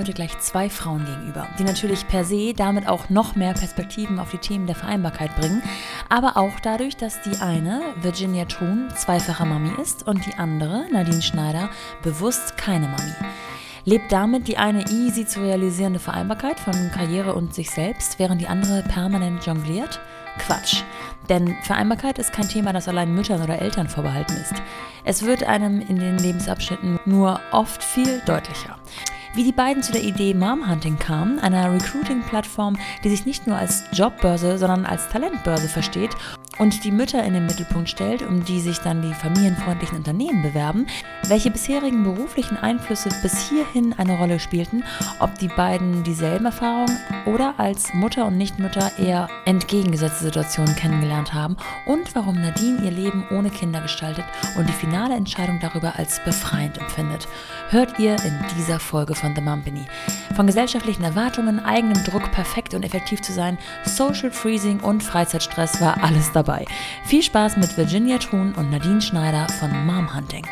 heute gleich zwei Frauen gegenüber, die natürlich per se damit auch noch mehr Perspektiven auf die Themen der Vereinbarkeit bringen, aber auch dadurch, dass die eine, Virginia Truhn, zweifache Mami ist und die andere, Nadine Schneider, bewusst keine Mami. Lebt damit die eine easy zu realisierende Vereinbarkeit von Karriere und sich selbst, während die andere permanent jongliert? Quatsch. Denn Vereinbarkeit ist kein Thema, das allein Müttern oder Eltern vorbehalten ist. Es wird einem in den Lebensabschnitten nur oft viel deutlicher. Wie die beiden zu der Idee Momhunting kamen, einer Recruiting-Plattform, die sich nicht nur als Jobbörse, sondern als Talentbörse versteht und die Mütter in den Mittelpunkt stellt, um die sich dann die familienfreundlichen Unternehmen bewerben, welche bisherigen beruflichen Einflüsse bis hierhin eine Rolle spielten, ob die beiden dieselben Erfahrungen oder als Mutter und Nichtmutter eher entgegengesetzte Situationen kennengelernt haben und warum Nadine ihr Leben ohne Kinder gestaltet und die finale Entscheidung darüber als befreiend empfindet, hört ihr in dieser Folge von The Mumpany. Von gesellschaftlichen Erwartungen, eigenem Druck, perfekt und effektiv zu sein, Social Freezing und Freizeitstress war alles dabei. Viel Spaß mit Virginia Truhn und Nadine Schneider von Momhunting.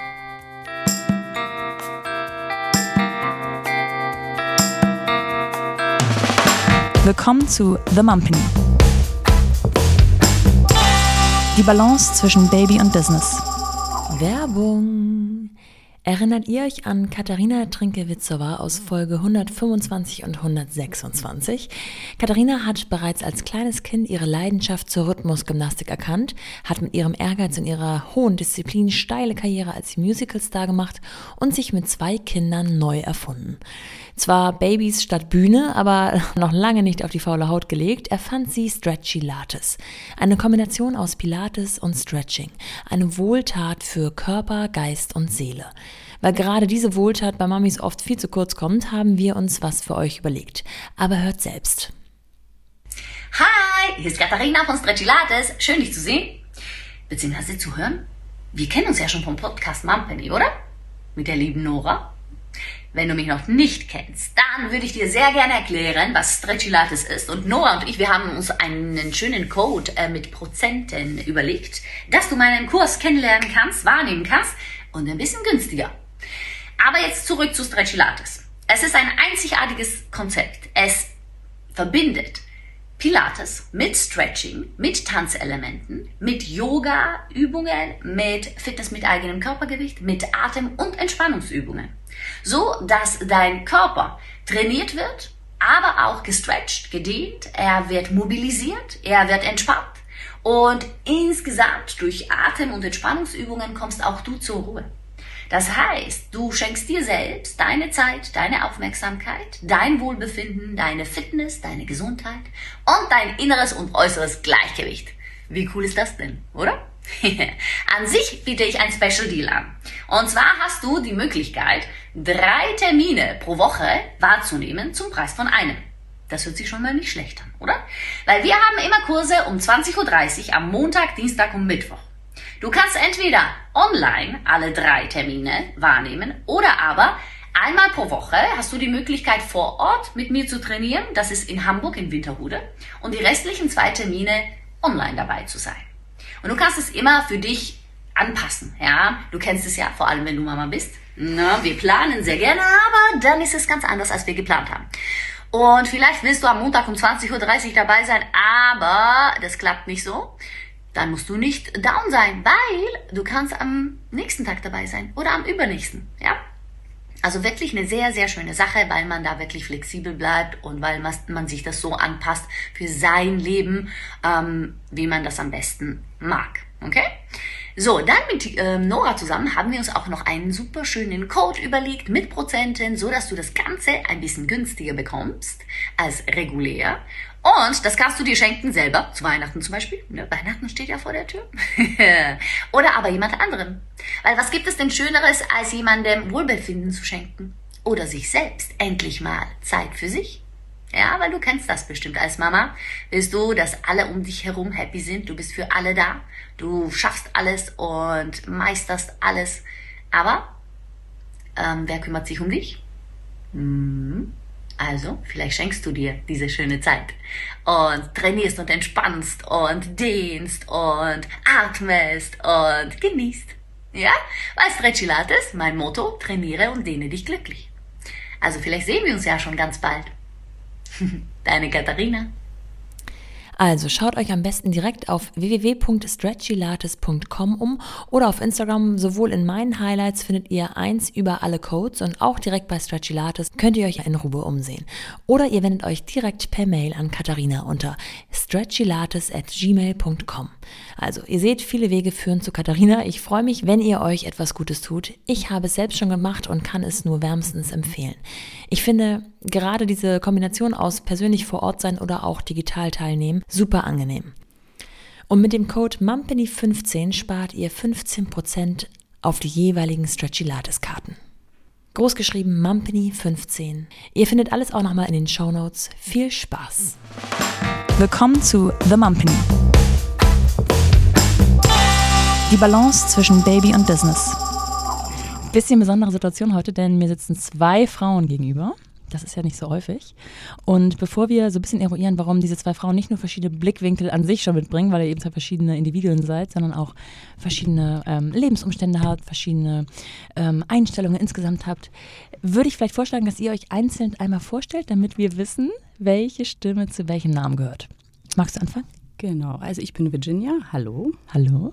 Willkommen zu The Mumpany. Die Balance zwischen Baby und Business. Werbung. Erinnert ihr euch an Katharina Trinke-Witzowa aus Folge 125 und 126? Katharina hat bereits als kleines Kind ihre Leidenschaft zur Rhythmusgymnastik erkannt, hat mit ihrem Ehrgeiz und ihrer hohen Disziplin steile Karriere als Musicalstar gemacht und sich mit 2 Kindern neu erfunden. Zwar Babys statt Bühne, aber noch lange nicht auf die faule Haut gelegt, erfand sie Stretchilates. Eine Kombination aus Pilates und Stretching. Eine Wohltat für Körper, Geist und Seele. Weil gerade diese Wohltat bei Mamis oft viel zu kurz kommt, haben wir uns was für euch überlegt. Aber hört selbst. Hi, hier ist Katharina von Stretchilates. Schön, dich zu sehen, beziehungsweise zu hören. Wir kennen uns ja schon vom Podcast Mumpany, oder? Mit der lieben Nora. Wenn du mich noch nicht kennst, dann würde ich dir sehr gerne erklären, was Stretchilates ist. Und Nora und ich, wir haben uns einen schönen Code mit Prozenten überlegt, dass du meinen Kurs kennenlernen kannst, wahrnehmen kannst und ein bisschen günstiger. Aber jetzt zurück zu Stretchilates. Es ist ein einzigartiges Konzept. Es verbindet Pilates mit Stretching, mit Tanzelementen, mit Yoga-Übungen, mit Fitness mit eigenem Körpergewicht, mit Atem- und Entspannungsübungen. So, dass dein Körper trainiert wird, aber auch gestretcht, gedehnt, er wird mobilisiert, er wird entspannt und insgesamt durch Atem- und Entspannungsübungen kommst auch du zur Ruhe. Das heißt, du schenkst dir selbst deine Zeit, deine Aufmerksamkeit, dein Wohlbefinden, deine Fitness, deine Gesundheit und dein inneres und äußeres Gleichgewicht. Wie cool ist das denn, oder? An sich biete ich ein Special Deal an. Und zwar hast du die Möglichkeit, 3 Termine pro Woche wahrzunehmen zum Preis von einem. Das hört sich schon mal nicht schlecht an, oder? Weil wir haben immer Kurse um 20.30 Uhr am Montag, Dienstag und Mittwoch. Du kannst entweder online alle 3 Termine wahrnehmen oder aber einmal pro Woche hast du die Möglichkeit vor Ort mit mir zu trainieren. Das ist in Hamburg in Winterhude und die restlichen 2 Termine online dabei zu sein. Und du kannst es immer für dich anpassen, ja. Du kennst es ja, vor allem wenn du Mama bist. Na, wir planen sehr gerne, aber dann ist es ganz anders, als wir geplant haben. Und vielleicht willst du am Montag um 20.30 Uhr dabei sein, aber das klappt nicht so. Dann musst du nicht down sein, weil du kannst am nächsten Tag dabei sein oder am übernächsten, ja. Also wirklich eine sehr, sehr schöne Sache, weil man da wirklich flexibel bleibt und weil man sich das so anpasst für sein Leben, wie man das am besten mag, okay? So, dann mit Nora zusammen haben wir uns auch noch einen super schönen Code überlegt mit Prozenten, so dass du das Ganze ein bisschen günstiger bekommst als regulär. Und das kannst du dir schenken selber, zu Weihnachten zum Beispiel. Ne? Weihnachten steht ja vor der Tür. Oder aber jemand anderem. Weil was gibt es denn Schöneres, als jemandem Wohlbefinden zu schenken? Oder sich selbst endlich mal Zeit für sich? Ja, weil du kennst das bestimmt als Mama. Willst du, dass alle um dich herum happy sind? Du bist für alle da. Du schaffst alles und meisterst alles. Aber wer kümmert sich um dich? Also, vielleicht schenkst du dir diese schöne Zeit und trainierst und entspannst und dehnst und atmest und genießt. Ja? Weil Stretchilates, mein Motto, trainiere und dehne dich glücklich. Also vielleicht sehen wir uns ja schon ganz bald. Deine Katharina. Also schaut euch am besten direkt auf www.stretchylattes.com um oder auf Instagram. Sowohl in meinen Highlights findet ihr eins über alle Codes und auch direkt bei Stretchy Lattes könnt ihr euch in Ruhe umsehen. Oder ihr wendet euch direkt per Mail an Katharina unter stretchylattes@gmail.com. Also ihr seht, viele Wege führen zu Katharina. Ich freue mich, wenn ihr euch etwas Gutes tut. Ich habe es selbst schon gemacht und kann es nur wärmstens empfehlen. Ich finde gerade diese Kombination aus persönlich vor Ort sein oder auch digital teilnehmen super angenehm. Und mit dem Code MUMPANY15 spart ihr 15% auf die jeweiligen Stretchy Lattes Karten. Großgeschrieben MUMPANY15. Ihr findet alles auch nochmal in den Shownotes. Viel Spaß! Willkommen zu The Mumpany. Die Balance zwischen Baby und Business. Bisschen besondere Situation heute, denn mir sitzen 2 Frauen gegenüber. Das ist ja nicht so häufig. Und bevor wir so ein bisschen eruieren, warum diese 2 Frauen nicht nur verschiedene Blickwinkel an sich schon mitbringen, weil ihr eben 2 verschiedene Individuen seid, sondern auch verschiedene Lebensumstände habt, verschiedene Einstellungen insgesamt habt, würde ich vielleicht vorschlagen, dass ihr euch einzeln einmal vorstellt, damit wir wissen, welche Stimme zu welchem Namen gehört. Magst du anfangen? Genau, also ich bin Virginia, hallo. Hallo.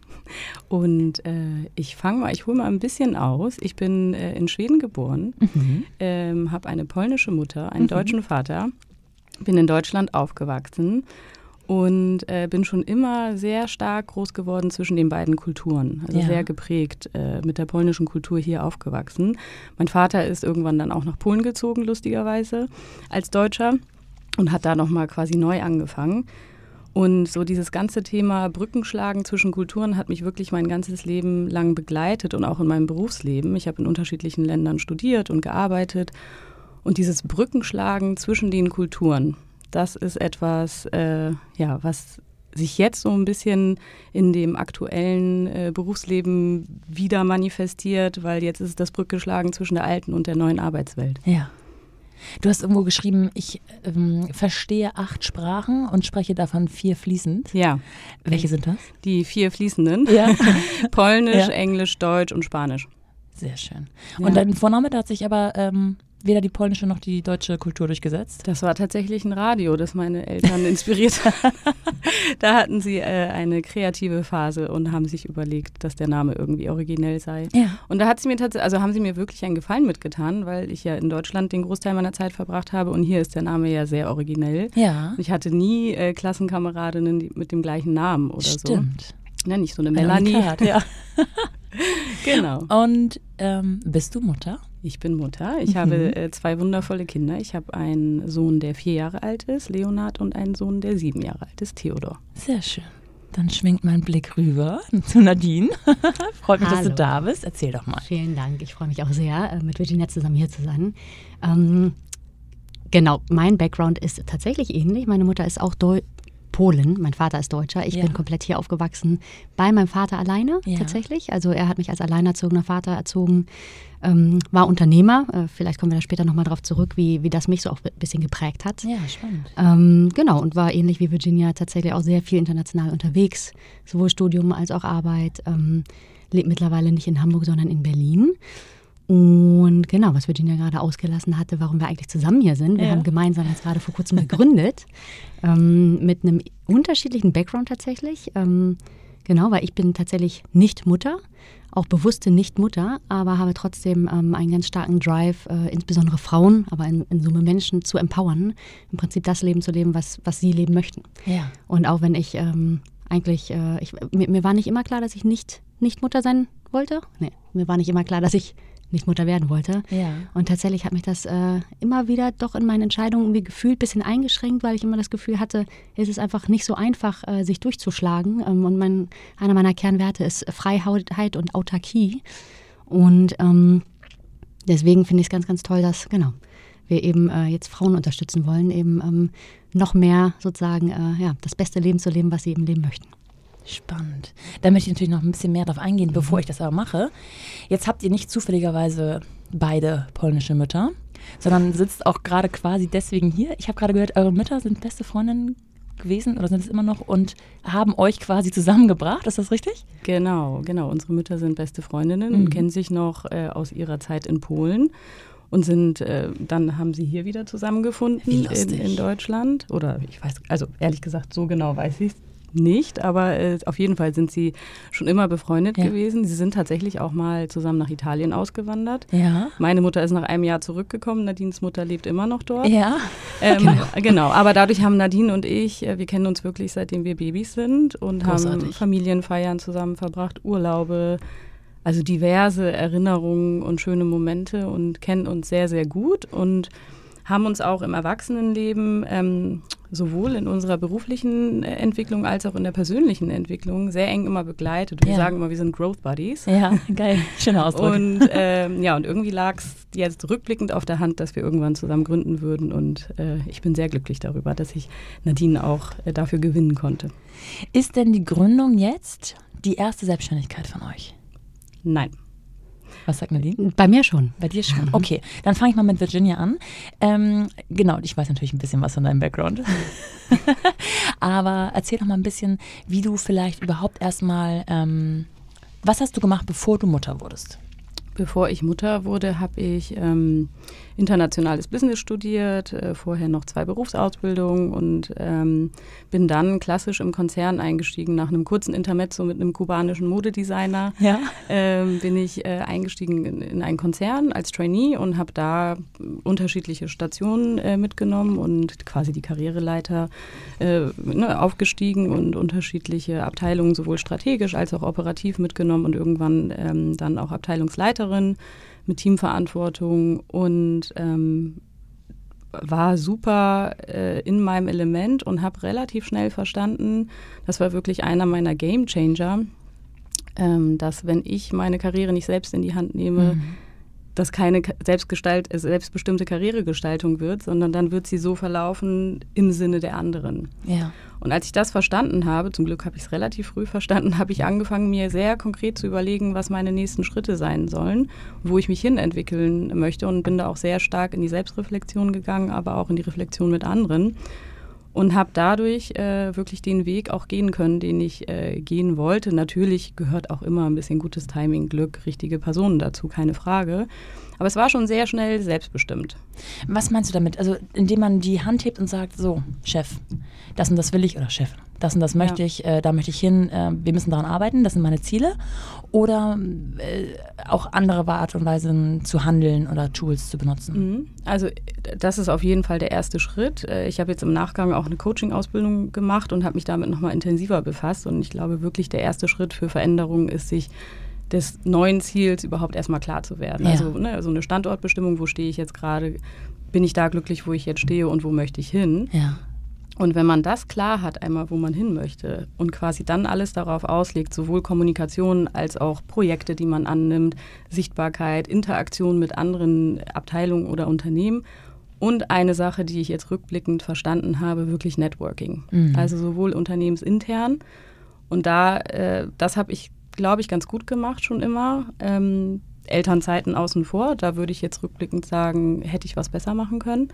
Und ich hole mal ein bisschen aus. Ich bin in Schweden geboren, habe eine polnische Mutter, einen deutschen Vater, bin in Deutschland aufgewachsen und bin schon immer sehr stark groß geworden zwischen den beiden Kulturen. Also sehr geprägt mit der polnischen Kultur hier aufgewachsen. Mein Vater ist irgendwann dann auch nach Polen gezogen, lustigerweise, als Deutscher und hat da nochmal quasi neu angefangen. Und so dieses ganze Thema Brückenschlagen zwischen Kulturen hat mich wirklich mein ganzes Leben lang begleitet und auch in meinem Berufsleben. Ich habe in unterschiedlichen Ländern studiert und gearbeitet. Und dieses Brückenschlagen zwischen den Kulturen, das ist etwas, was sich jetzt so ein bisschen in dem aktuellen Berufsleben wieder manifestiert, weil jetzt ist das Brückenschlagen zwischen der alten und der neuen Arbeitswelt. Ja. Du hast irgendwo geschrieben, ich verstehe 8 Sprachen und spreche davon 4 fließend. Ja. Welche sind das? Die 4 fließenden. Ja. Polnisch, Englisch, Deutsch und Spanisch. Sehr schön. Ja. Und dein Vorname, da hat sich aber weder die polnische noch die deutsche Kultur durchgesetzt? Das war tatsächlich ein Radio, das meine Eltern inspiriert haben. Da hatten sie eine kreative Phase und haben sich überlegt, dass der Name irgendwie originell sei. Ja. Und da hat sie mir haben sie mir wirklich einen Gefallen mitgetan, weil ich ja in Deutschland den Großteil meiner Zeit verbracht habe und hier ist der Name ja sehr originell. Ja. Ich hatte nie Klassenkameradinnen mit dem gleichen Namen oder so. Stimmt. Ja, nicht so eine Melanie. Ja. Genau. Und bist du Mutter? Ich bin Mutter. Ich habe 2 wundervolle Kinder. Ich habe einen Sohn, der 4 Jahre alt ist, Leonard, und einen Sohn, der 7 Jahre alt ist, Theodor. Sehr schön. Dann schwingt mein Blick rüber zu Nadine. Freut mich, dass du da bist. Erzähl doch mal. Vielen Dank. Ich freue mich auch sehr, mit Virginia zusammen hier zu sein. Genau, mein Background ist tatsächlich ähnlich. Meine Mutter ist auch Polen, mein Vater ist Deutscher. Ich bin komplett hier aufgewachsen bei meinem Vater alleine tatsächlich. Also er hat mich als alleinerzogener Vater erzogen, war Unternehmer. Vielleicht kommen wir da später nochmal drauf zurück, wie das mich so auch ein bisschen geprägt hat. Ja, spannend. Genau, und war ähnlich wie Virginia tatsächlich auch sehr viel international unterwegs, sowohl Studium als auch Arbeit. Lebt mittlerweile nicht in Hamburg, sondern in Berlin. Und genau, was Virginia gerade ausgelassen hatte, warum wir eigentlich zusammen hier sind. Wir haben gemeinsam jetzt gerade vor kurzem gegründet, mit einem unterschiedlichen Background tatsächlich. Genau, weil ich bin tatsächlich nicht Mutter, auch bewusste Nicht-Mutter, aber habe trotzdem einen ganz starken Drive, insbesondere Frauen, aber in Summe Menschen zu empowern, im Prinzip das Leben zu leben, was sie leben möchten. Ja. Und auch wenn ich mir war nicht immer klar, dass ich nicht Mutter sein wollte. Nee, mir war nicht immer klar, dass ich nicht Mutter werden wollte. Ja. Und tatsächlich hat mich das immer wieder doch in meinen Entscheidungen irgendwie gefühlt ein bisschen eingeschränkt, weil ich immer das Gefühl hatte, es ist einfach nicht so einfach, sich durchzuschlagen. Und einer meiner Kernwerte ist Freiheit und Autarkie. Und deswegen finde ich es ganz, ganz toll, dass wir eben jetzt Frauen unterstützen wollen, eben noch mehr sozusagen das beste Leben zu leben, was sie eben leben möchten. Spannend. Da möchte ich natürlich noch ein bisschen mehr drauf eingehen, bevor ich das aber mache. Jetzt habt ihr nicht zufälligerweise beide polnische Mütter, sondern sitzt auch gerade quasi deswegen hier. Ich habe gerade gehört, eure Mütter sind beste Freundinnen gewesen oder sind es immer noch und haben euch quasi zusammengebracht. Ist das richtig? Genau. Unsere Mütter sind beste Freundinnen und kennen sich noch aus ihrer Zeit in Polen. und dann haben sie hier wieder zusammengefunden in Deutschland. Oder ich weiß, also ehrlich gesagt, so genau weiß ich es nicht, aber auf jeden Fall sind sie schon immer befreundet gewesen. Sie sind tatsächlich auch mal zusammen nach Italien ausgewandert. Ja. Meine Mutter ist nach einem Jahr zurückgekommen, Nadines Mutter lebt immer noch dort. Ja. Genau, aber dadurch haben Nadine und ich, wir kennen uns wirklich seitdem wir Babys sind und haben Familienfeiern zusammen verbracht, Urlaube, also diverse Erinnerungen und schöne Momente und kennen uns sehr, sehr gut und haben uns auch im Erwachsenenleben sowohl in unserer beruflichen Entwicklung als auch in der persönlichen Entwicklung sehr eng immer begleitet. Wir sagen immer, wir sind Growth Buddies. Ja, geil. Schöner Ausdruck. Und und irgendwie lag es jetzt rückblickend auf der Hand, dass wir irgendwann zusammen gründen würden. Und ich bin sehr glücklich darüber, dass ich Nadine auch dafür gewinnen konnte. Ist denn die Gründung jetzt die erste Selbstständigkeit von euch? Nein. Was sagt Nadine? Bei mir schon. Bei dir schon? Okay, dann fange ich mal mit Virginia an. Genau, ich weiß natürlich ein bisschen was von deinem Background. Aber erzähl doch mal ein bisschen, wie du vielleicht überhaupt erstmal, was hast du gemacht, bevor du Mutter wurdest? Bevor ich Mutter wurde, habe ich internationales Business studiert, vorher noch 2 Berufsausbildungen und bin dann klassisch im Konzern eingestiegen. Nach einem kurzen Intermezzo mit einem kubanischen Modedesigner bin ich eingestiegen in einen Konzern als Trainee und habe da unterschiedliche Stationen mitgenommen und quasi die Karriereleiter aufgestiegen und unterschiedliche Abteilungen sowohl strategisch als auch operativ mitgenommen und irgendwann dann auch Abteilungsleiterin mit Teamverantwortung und war super in meinem Element und habe relativ schnell verstanden, das war wirklich einer meiner Gamechanger, dass wenn ich meine Karriere nicht selbst in die Hand nehme, das keine selbstbestimmte Karrieregestaltung wird, sondern dann wird sie so verlaufen im Sinne der anderen. Ja. Und als ich das verstanden habe, zum Glück habe ich es relativ früh verstanden, habe ich angefangen, mir sehr konkret zu überlegen, was meine nächsten Schritte sein sollen, wo ich mich hin entwickeln möchte und bin da auch sehr stark in die Selbstreflexion gegangen, aber auch in die Reflexion mit anderen. Und habe dadurch wirklich den Weg auch gehen können, den ich gehen wollte. Natürlich gehört auch immer ein bisschen gutes Timing, Glück, richtige Personen dazu, keine Frage. Aber es war schon sehr schnell selbstbestimmt. Was meinst du damit? Also indem man die Hand hebt und sagt, so, Chef, das und das will ich, oder Chef, das und das möchte ich, da möchte ich hin, wir müssen daran arbeiten, das sind meine Ziele. Oder auch andere Art und Weise zu handeln oder Tools zu benutzen? Also das ist auf jeden Fall der erste Schritt. Ich habe jetzt im Nachgang auch eine Coaching-Ausbildung gemacht und habe mich damit nochmal intensiver befasst. Und ich glaube wirklich, der erste Schritt für Veränderung ist, sich des neuen Ziels überhaupt erstmal klar zu werden. Ja. Also so eine Standortbestimmung, wo stehe ich jetzt gerade, bin ich da glücklich, wo ich jetzt stehe und wo möchte ich hin? Ja. Und wenn man das klar hat, einmal wo man hin möchte und quasi dann alles darauf auslegt, sowohl Kommunikation als auch Projekte, die man annimmt, Sichtbarkeit, Interaktion mit anderen Abteilungen oder Unternehmen und eine Sache, die ich jetzt rückblickend verstanden habe, wirklich Networking. Also sowohl unternehmensintern und das habe ich, glaube ich, ganz gut gemacht schon immer. Elternzeiten außen vor, da würde ich jetzt rückblickend sagen, hätte ich was besser machen können.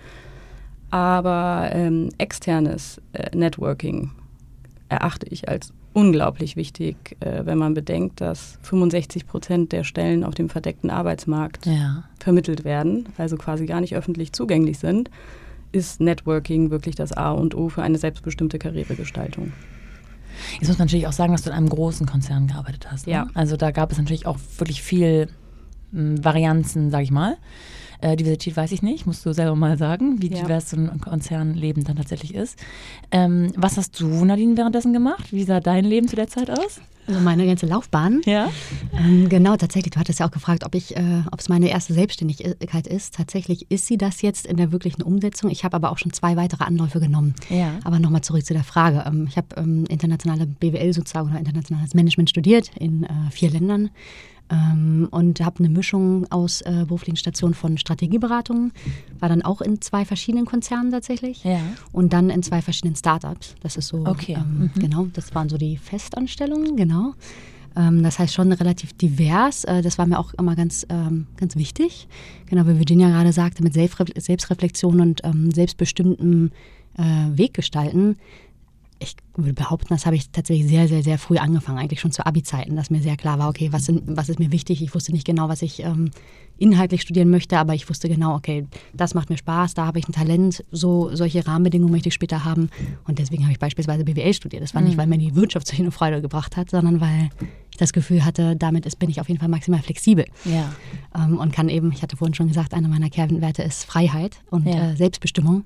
Aber externes Networking erachte ich als unglaublich wichtig, wenn man bedenkt, dass 65% der Stellen auf dem verdeckten Arbeitsmarkt vermittelt werden, also quasi gar nicht öffentlich zugänglich sind, ist Networking wirklich das A und O für eine selbstbestimmte Karrieregestaltung. Jetzt muss man natürlich auch sagen, dass du in einem großen Konzern gearbeitet hast. Ne? Ja. Also da gab es natürlich auch wirklich viel Varianzen, sage ich mal. Diversität weiß ich nicht, musst du selber mal sagen, wie divers so ein Konzernleben dann tatsächlich ist. Was hast du, Nadine, währenddessen gemacht? Wie sah dein Leben zu der Zeit aus? Also meine ganze Laufbahn. Ja. Genau, tatsächlich. Du hattest ja auch gefragt, ob es meine erste Selbstständigkeit ist. Tatsächlich ist sie das jetzt in der wirklichen Umsetzung. Ich habe aber auch schon 2 weitere Anläufe genommen. Ja. Aber nochmal zurück zu der Frage. Ich habe internationale BWL sozusagen oder internationales Management studiert in 4 Ländern. Und habe eine Mischung aus beruflichen Stationen von Strategieberatungen, war dann auch in 2 verschiedenen Konzernen tatsächlich und dann in 2 verschiedenen Startups. Das ist so, genau, das waren so die Festanstellungen, genau. Das heißt schon relativ divers, das war mir auch immer ganz wichtig. Genau, wie Virginia gerade sagte, mit Selbstreflexion und selbstbestimmtem Weg gestalten. ich würde behaupten, das habe ich tatsächlich sehr, sehr, sehr früh angefangen, eigentlich schon zu Abi-Zeiten, dass mir sehr klar war, okay, was ist mir wichtig? Ich wusste nicht genau, was ich inhaltlich studieren möchte, aber ich wusste genau, okay, das macht mir Spaß, da habe ich ein Talent, solche Rahmenbedingungen möchte ich später haben. Und deswegen habe ich beispielsweise BWL studiert. Das war nicht, weil mir die Wirtschaft so eine Freude gebracht hat, sondern weil ich das Gefühl hatte, damit bin ich auf jeden Fall maximal flexibel. Ja. Und kann eben, ich hatte vorhin schon gesagt, einer meiner Kernwerte ist Freiheit und Selbstbestimmung.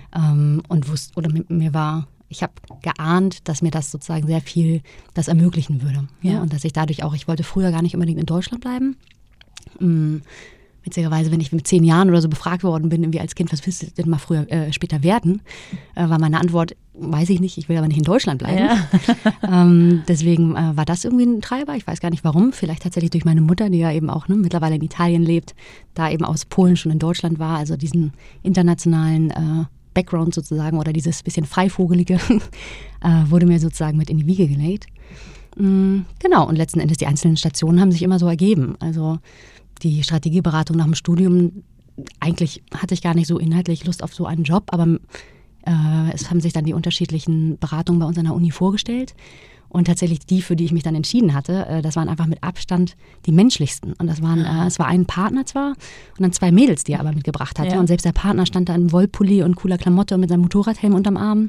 Ich habe geahnt, dass mir das sozusagen sehr viel das ermöglichen würde. Ja? Und dass ich dadurch auch, ich wollte früher gar nicht unbedingt in Deutschland bleiben. Witzigerweise, wenn ich mit 10 Jahren oder so befragt worden bin, irgendwie als Kind, was willst du denn mal später werden, war meine Antwort, weiß ich nicht, ich will aber nicht in Deutschland bleiben. Ja. Deswegen war das irgendwie ein Treiber, ich weiß gar nicht warum, vielleicht tatsächlich durch meine Mutter, die ja eben auch mittlerweile in Italien lebt, da eben aus Polen schon in Deutschland war, also diesen internationalen Background sozusagen oder dieses bisschen Freivogelige wurde mir sozusagen mit in die Wiege gelegt. Genau, und letzten Endes die einzelnen Stationen haben sich immer so ergeben. Also die Strategieberatung nach dem Studium, eigentlich hatte ich gar nicht so inhaltlich Lust auf so einen Job, aber es haben sich dann die unterschiedlichen Beratungen bei uns an der Uni vorgestellt. Und tatsächlich die, für die ich mich dann entschieden hatte, das waren einfach mit Abstand die menschlichsten. Und das waren, es war ein Partner zwar und dann 2 Mädels, die er aber mitgebracht hatte. Ja. Und selbst der Partner stand da in Wollpulli und cooler Klamotte und mit seinem Motorradhelm unterm Arm.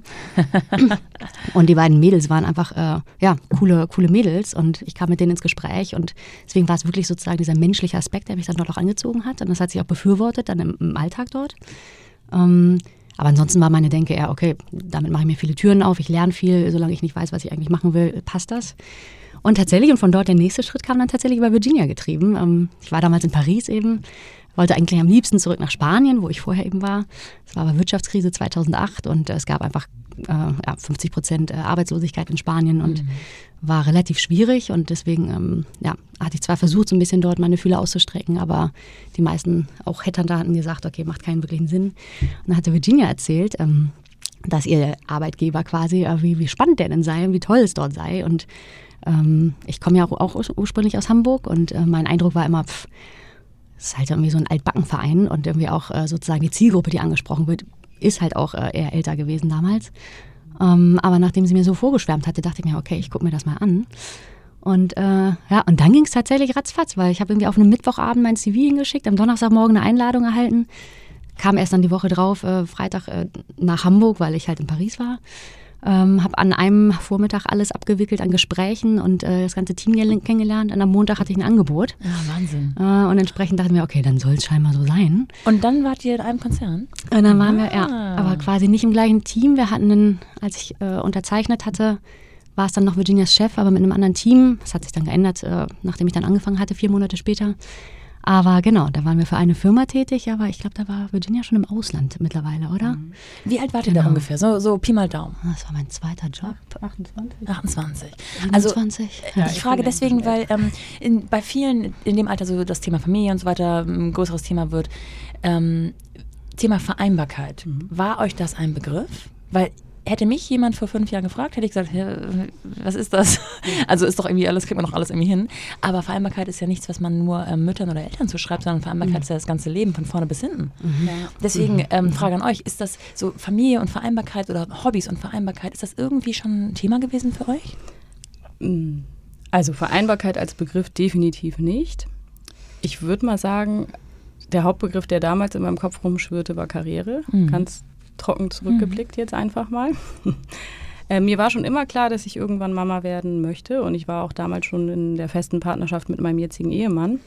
Und die beiden Mädels waren einfach, coole Mädels. Und ich kam mit denen ins Gespräch. Und deswegen war es wirklich sozusagen dieser menschliche Aspekt, der mich dann dort auch angezogen hat. Und das hat sich auch befürwortet, dann im Alltag dort. Aber ansonsten war meine Denke eher, okay, damit mache ich mir viele Türen auf, ich lerne viel, solange ich nicht weiß, was ich eigentlich machen will, passt das. Und tatsächlich, und von dort der nächste Schritt kam dann tatsächlich über Virginia getrieben. Ich war damals in Paris eben, wollte eigentlich am liebsten zurück nach Spanien, wo ich vorher eben war. Es war aber Wirtschaftskrise 2008 und es gab einfach 50% Arbeitslosigkeit in Spanien und war relativ schwierig. Und deswegen hatte ich zwar versucht, so ein bisschen dort meine Fühler auszustrecken, aber die meisten, auch Headhunter, hatten gesagt, okay, macht keinen wirklichen Sinn. Und dann hatte Virginia erzählt, dass ihr Arbeitgeber quasi, wie spannend der denn sei und wie toll es dort sei. Und ich komme ja auch ursprünglich aus Hamburg und mein Eindruck war immer, es ist halt irgendwie so ein Altbackenverein und irgendwie auch sozusagen die Zielgruppe, die angesprochen wird, ist halt auch eher älter gewesen damals. Aber nachdem sie mir so vorgeschwärmt hatte, dachte ich mir, okay, ich gucke mir das mal an. Und und dann ging es tatsächlich ratzfatz, weil ich habe irgendwie auf einem Mittwochabend mein CV hingeschickt, am Donnerstagmorgen eine Einladung erhalten, kam erst dann die Woche drauf, Freitag nach Hamburg, weil ich halt in Paris war. Habe an einem Vormittag alles abgewickelt an Gesprächen und das ganze Team kennengelernt. Und am Montag hatte ich ein Angebot. Ja, Wahnsinn. Und entsprechend dachten wir, okay, dann soll es scheinbar so sein. Und dann wart ihr in einem Konzern? Und dann waren wir, aber quasi nicht im gleichen Team. Wir hatten als ich unterzeichnet hatte, war es dann noch Virginias Chef, aber mit einem anderen Team. Das hat sich dann geändert, nachdem ich dann angefangen hatte, 4 Monate später. Aber genau, da waren wir für eine Firma tätig, aber ich glaube, da war Virginia schon im Ausland mittlerweile, oder? Wie alt wart ihr da ungefähr? So Pi mal Daumen. Das war mein zweiter Job. 28. 27. Also ich frage deswegen, weil bei vielen in dem Alter so das Thema Familie und so weiter ein größeres Thema wird. Thema Vereinbarkeit. War euch das ein Begriff? Weil hätte mich jemand vor 5 Jahren gefragt, hätte ich gesagt, was ist das? Also ist doch irgendwie alles, kriegt man doch alles irgendwie hin. Aber Vereinbarkeit ist ja nichts, was man nur Müttern oder Eltern zuschreibt, sondern Vereinbarkeit ist ja das ganze Leben von vorne bis hinten. Ja. Deswegen Frage an euch, ist das so Familie und Vereinbarkeit oder Hobbys und Vereinbarkeit, ist das irgendwie schon ein Thema gewesen für euch? Also Vereinbarkeit als Begriff definitiv nicht. Ich würde mal sagen, der Hauptbegriff, der damals in meinem Kopf rumschwirrte, war Karriere. Ganz trocken zurückgeblickt jetzt einfach mal. Mir war schon immer klar, dass ich irgendwann Mama werden möchte und ich war auch damals schon in der festen Partnerschaft mit meinem jetzigen Ehemann.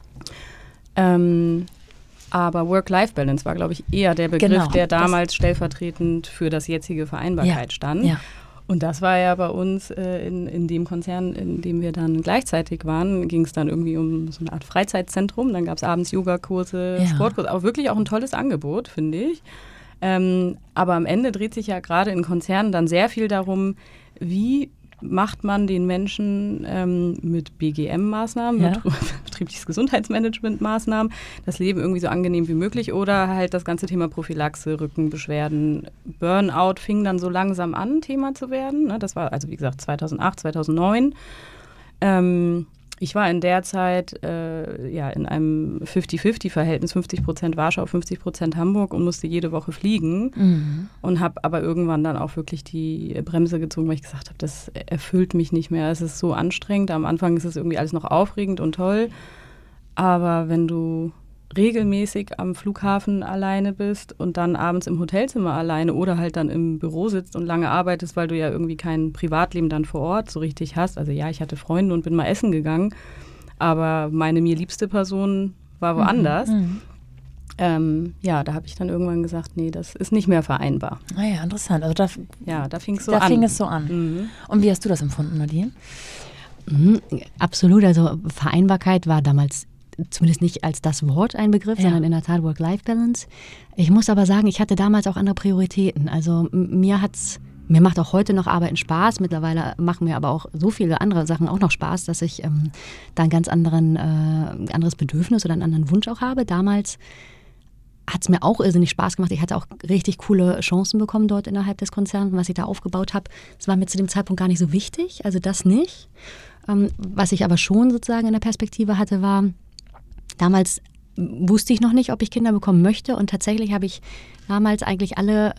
Aber Work-Life-Balance war, glaube ich, eher der Begriff, der damals stellvertretend für das jetzige Vereinbarkeit stand. Ja. Und das war ja bei uns in dem Konzern, in dem wir dann gleichzeitig waren, ging es dann irgendwie um so eine Art Freizeitzentrum. Dann gab es abends Yogakurse, Sportkurse, aber wirklich auch ein tolles Angebot, finde ich. Aber am Ende dreht sich ja gerade in Konzernen dann sehr viel darum, wie macht man den Menschen mit BGM-Maßnahmen, mit betriebliches Gesundheitsmanagement-Maßnahmen, das Leben irgendwie so angenehm wie möglich oder halt das ganze Thema Prophylaxe, Rückenbeschwerden, Burnout fing dann so langsam an, Thema zu werden. Ne? Das war also wie gesagt 2008, 2009. Ich war in der Zeit in einem 50-50-Verhältnis, 50% Warschau, 50% Hamburg und musste jede Woche fliegen und habe aber irgendwann dann auch wirklich die Bremse gezogen, weil ich gesagt habe, das erfüllt mich nicht mehr. Es ist so anstrengend. Am Anfang ist es irgendwie alles noch aufregend und toll, aber wenn du regelmäßig am Flughafen alleine bist und dann abends im Hotelzimmer alleine oder halt dann im Büro sitzt und lange arbeitest, weil du ja irgendwie kein Privatleben dann vor Ort so richtig hast. Also ja, ich hatte Freunde und bin mal essen gegangen, aber meine mir liebste Person war woanders. Da habe ich dann irgendwann gesagt, nee, das ist nicht mehr vereinbar. Ah ja, interessant. Also da fing es so an. Da fing es so an. Und wie hast du das empfunden, Nadine? Absolut. Also Vereinbarkeit war damals zumindest nicht als das Wort ein Begriff, sondern in der Tat Work-Life-Balance. Ich muss aber sagen, ich hatte damals auch andere Prioritäten. Also mir macht auch heute noch Arbeiten Spaß. Mittlerweile machen mir aber auch so viele andere Sachen auch noch Spaß, dass ich da ein ganz anderes Bedürfnis oder einen anderen Wunsch auch habe. Damals hat es mir auch irrsinnig Spaß gemacht. Ich hatte auch richtig coole Chancen bekommen dort innerhalb des Konzerns, was ich da aufgebaut habe. Das war mir zu dem Zeitpunkt gar nicht so wichtig, also das nicht. Was ich aber schon sozusagen in der Perspektive hatte, war, damals wusste ich noch nicht, ob ich Kinder bekommen möchte und tatsächlich habe ich damals eigentlich alle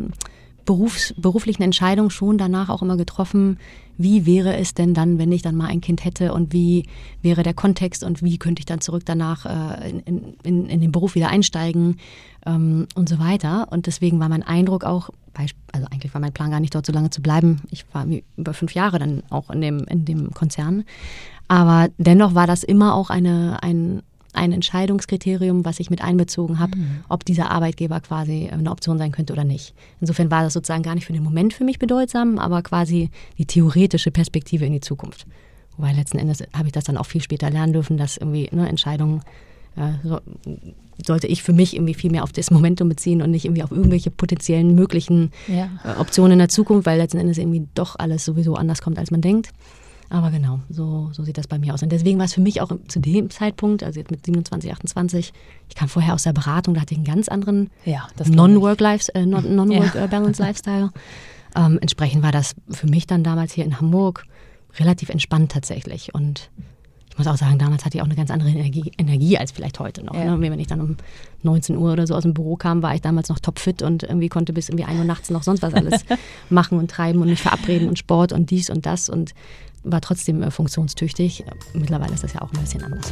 beruflichen Entscheidungen schon danach auch immer getroffen, wie wäre es denn dann, wenn ich dann mal ein Kind hätte und wie wäre der Kontext und wie könnte ich dann zurück danach in den Beruf wieder einsteigen und so weiter. Und deswegen war mein Eindruck auch, also eigentlich war mein Plan gar nicht dort so lange zu bleiben. Ich war über 5 Jahre dann auch in dem Konzern. Aber dennoch war das immer auch ein Entscheidungskriterium, was ich mit einbezogen habe, ob dieser Arbeitgeber quasi eine Option sein könnte oder nicht. Insofern war das sozusagen gar nicht für den Moment für mich bedeutsam, aber quasi die theoretische Perspektive in die Zukunft. Wobei letzten Endes habe ich das dann auch viel später lernen dürfen, dass irgendwie Entscheidungen sollte ich für mich irgendwie viel mehr auf das Momentum beziehen und nicht irgendwie auf irgendwelche potenziellen möglichen Optionen in der Zukunft, weil letzten Endes irgendwie doch alles sowieso anders kommt, als man denkt. Aber genau, so sieht das bei mir aus. Und deswegen war es für mich auch zu dem Zeitpunkt, also jetzt mit 27, 28, ich kam vorher aus der Beratung, da hatte ich einen ganz anderen Non-Work-Balance-Lifestyle. Entsprechend war das für mich dann damals hier in Hamburg relativ entspannt tatsächlich. Und ich muss auch sagen, damals hatte ich auch eine ganz andere Energie als vielleicht heute noch. Ja. Ne? Wenn ich dann um 19 Uhr oder so aus dem Büro kam, war ich damals noch topfit und irgendwie konnte bis irgendwie 1 Uhr nachts noch sonst was alles machen und treiben und mich verabreden und Sport und dies und das und war trotzdem funktionstüchtig. Mittlerweile ist das ja auch ein bisschen anders.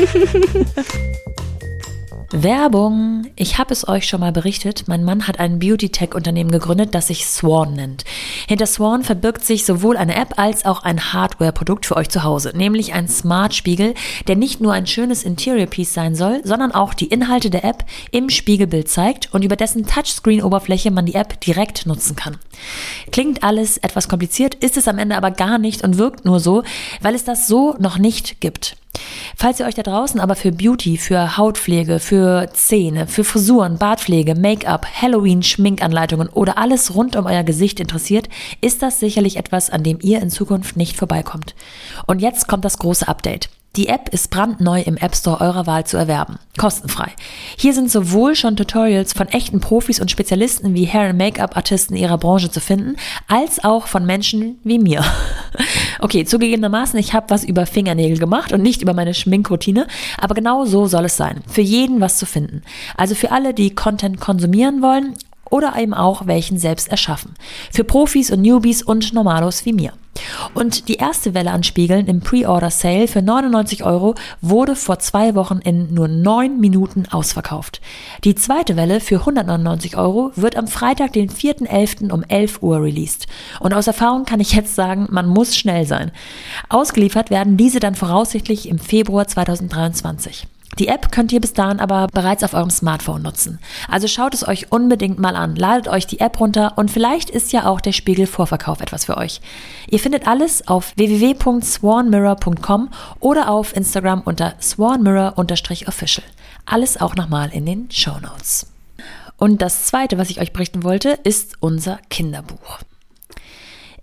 Werbung. Ich habe es euch schon mal berichtet. Mein Mann hat ein Beauty-Tech-Unternehmen gegründet, das sich Swan nennt. Hinter Swan verbirgt sich sowohl eine App als auch ein Hardware-Produkt für euch zu Hause, nämlich ein Smart-Spiegel, der nicht nur ein schönes Interior-Piece sein soll, sondern auch die Inhalte der App im Spiegelbild zeigt und über dessen Touchscreen-Oberfläche man die App direkt nutzen kann. Klingt alles etwas kompliziert, ist es am Ende aber gar nicht und wirkt nur so, weil es das so noch nicht gibt. Falls ihr euch da draußen aber für Beauty, für Hautpflege, für Zähne, für Frisuren, Bartpflege, Make-up, Halloween, Schminkanleitungen oder alles rund um euer Gesicht interessiert, ist das sicherlich etwas, an dem ihr in Zukunft nicht vorbeikommt. Und jetzt kommt das große Update. Die App ist brandneu im App Store eurer Wahl zu erwerben. Kostenfrei. Hier sind sowohl schon Tutorials von echten Profis und Spezialisten wie Hair- und Make-up-Artisten ihrer Branche zu finden, als auch von Menschen wie mir. Okay, zugegebenermaßen, ich habe was über Fingernägel gemacht und nicht über meine Schminkroutine, aber genau so soll es sein. Für jeden was zu finden. Also für alle, die Content konsumieren wollen oder eben auch welchen selbst erschaffen. Für Profis und Newbies und Normalos wie mir. Und die erste Welle an Spiegeln im Pre-Order-Sale für 99 € wurde vor 2 Wochen in nur 9 Minuten ausverkauft. Die zweite Welle für 199 € wird am Freitag, den 4.11. um 11 Uhr released. Und aus Erfahrung kann ich jetzt sagen, man muss schnell sein. Ausgeliefert werden diese dann voraussichtlich im Februar 2023. Die App könnt ihr bis dahin aber bereits auf eurem Smartphone nutzen. Also schaut es euch unbedingt mal an. Ladet euch die App runter und vielleicht ist ja auch der Spiegel-Vorverkauf etwas für euch. Ihr findet alles auf www.swanmirror.com oder auf Instagram unter swanmirror_official. Alles auch nochmal in den Shownotes. Und das Zweite, was ich euch berichten wollte, ist unser Kinderbuch.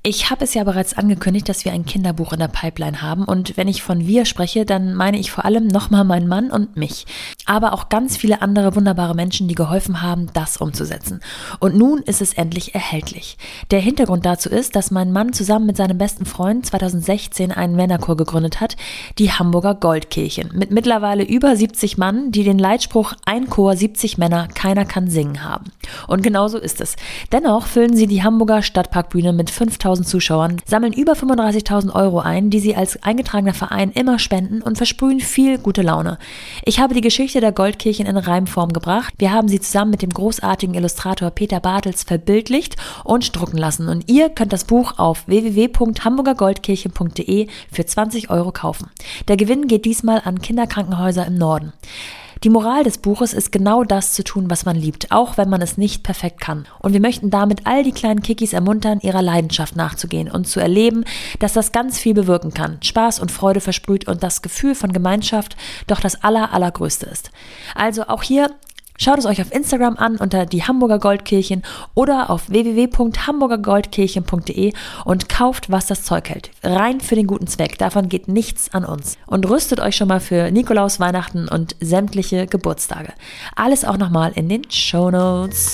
Ich habe es ja bereits angekündigt, dass wir ein Kinderbuch in der Pipeline haben und wenn ich von wir spreche, dann meine ich vor allem nochmal meinen Mann und mich. Aber auch ganz viele andere wunderbare Menschen, die geholfen haben, das umzusetzen. Und nun ist es endlich erhältlich. Der Hintergrund dazu ist, dass mein Mann zusammen mit seinem besten Freund 2016 einen Männerchor gegründet hat, die Hamburger Goldkehlchen, mit mittlerweile über 70 Mann, die den Leitspruch "Ein Chor, 70 Männer, keiner kann singen" haben. Und genau so ist es. Dennoch füllen sie die Hamburger Stadtparkbühne mit 5.000 Zuschauern, sammeln über 35.000 € ein, die sie als eingetragener Verein immer spenden und versprühen viel gute Laune. Ich habe die Geschichte der Goldkehlchen in Reimform gebracht. Wir haben sie zusammen mit dem großartigen Illustrator Peter Bartels verbildlicht und drucken lassen. Und ihr könnt das Buch auf www.hamburgergoldkehlchen.de für 20 € kaufen. Der Gewinn geht diesmal an Kinderkrankenhäuser im Norden. Die Moral des Buches ist genau das zu tun, was man liebt, auch wenn man es nicht perfekt kann. Und wir möchten damit all die kleinen Kikis ermuntern, ihrer Leidenschaft nachzugehen und zu erleben, dass das ganz viel bewirken kann, Spaß und Freude versprüht und das Gefühl von Gemeinschaft doch das Allergrößte ist. Also auch hier schaut es euch auf Instagram an unter die Hamburger Goldkehlchen oder auf www.hamburgergoldkehlchen.de und kauft, was das Zeug hält. Rein für den guten Zweck. Davon geht nichts an uns. Und rüstet euch schon mal für Nikolaus, Weihnachten und sämtliche Geburtstage. Alles auch nochmal in den Shownotes.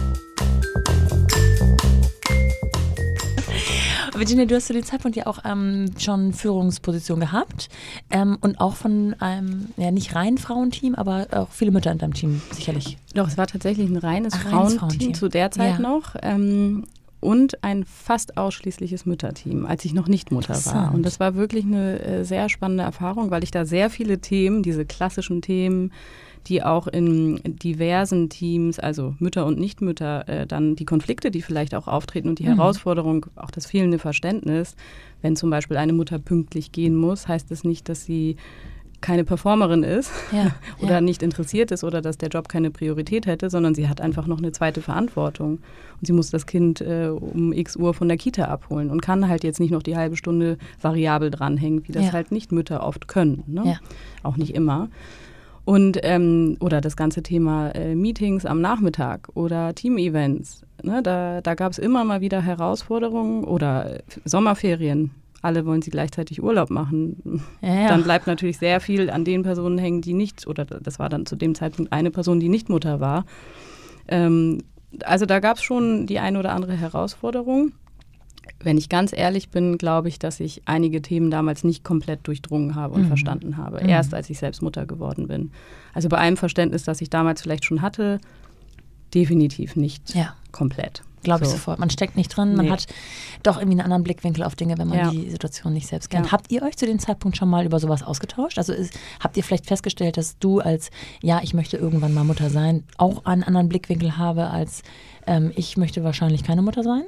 Virginia, du hast zu dem Zeitpunkt ja auch schon Führungsposition gehabt und auch von einem, ja nicht rein Frauenteam, aber auch viele Mütter in deinem Team sicherlich. Doch, es war tatsächlich ein reines Frauenteam zu der Zeit noch und ein fast ausschließliches Mütterteam, als ich noch nicht Mutter war. Und das war wirklich eine sehr spannende Erfahrung, weil ich da sehr viele Themen, diese klassischen Themen, die auch in diversen Teams, also Mütter und Nichtmütter, dann die Konflikte, die vielleicht auch auftreten und die Herausforderung, auch das fehlende Verständnis. Wenn zum Beispiel eine Mutter pünktlich gehen muss, heißt es nicht, dass sie keine Performerin ist oder nicht interessiert ist oder dass der Job keine Priorität hätte, sondern sie hat einfach noch eine zweite Verantwortung. Und sie muss das Kind um x Uhr von der Kita abholen und kann halt jetzt nicht noch die halbe Stunde variabel dranhängen, wie das halt Nichtmütter oft können. Ne? Ja. Auch nicht immer. Und oder das ganze Thema Meetings am Nachmittag oder Team-Events. Ne, da gab es immer mal wieder Herausforderungen oder Sommerferien. Alle wollen sie gleichzeitig Urlaub machen. Ja. Dann bleibt natürlich sehr viel an den Personen hängen, die nicht, oder das war dann zu dem Zeitpunkt eine Person, die nicht Mutter war. Also da gab es schon die eine oder andere Herausforderung. Wenn ich ganz ehrlich bin, glaube ich, dass ich einige Themen damals nicht komplett durchdrungen habe und verstanden habe. Erst als ich selbst Mutter geworden bin. Also bei einem Verständnis, das ich damals vielleicht schon hatte, definitiv nicht komplett. Glaube ich sofort. Man steckt nicht drin, man hat doch irgendwie einen anderen Blickwinkel auf Dinge, wenn man die Situation nicht selbst kennt. Habt ihr euch zu dem Zeitpunkt schon mal über sowas ausgetauscht? Also habt ihr vielleicht festgestellt, dass du als, ich möchte irgendwann mal Mutter sein, auch einen anderen Blickwinkel habe als, ich möchte wahrscheinlich keine Mutter sein?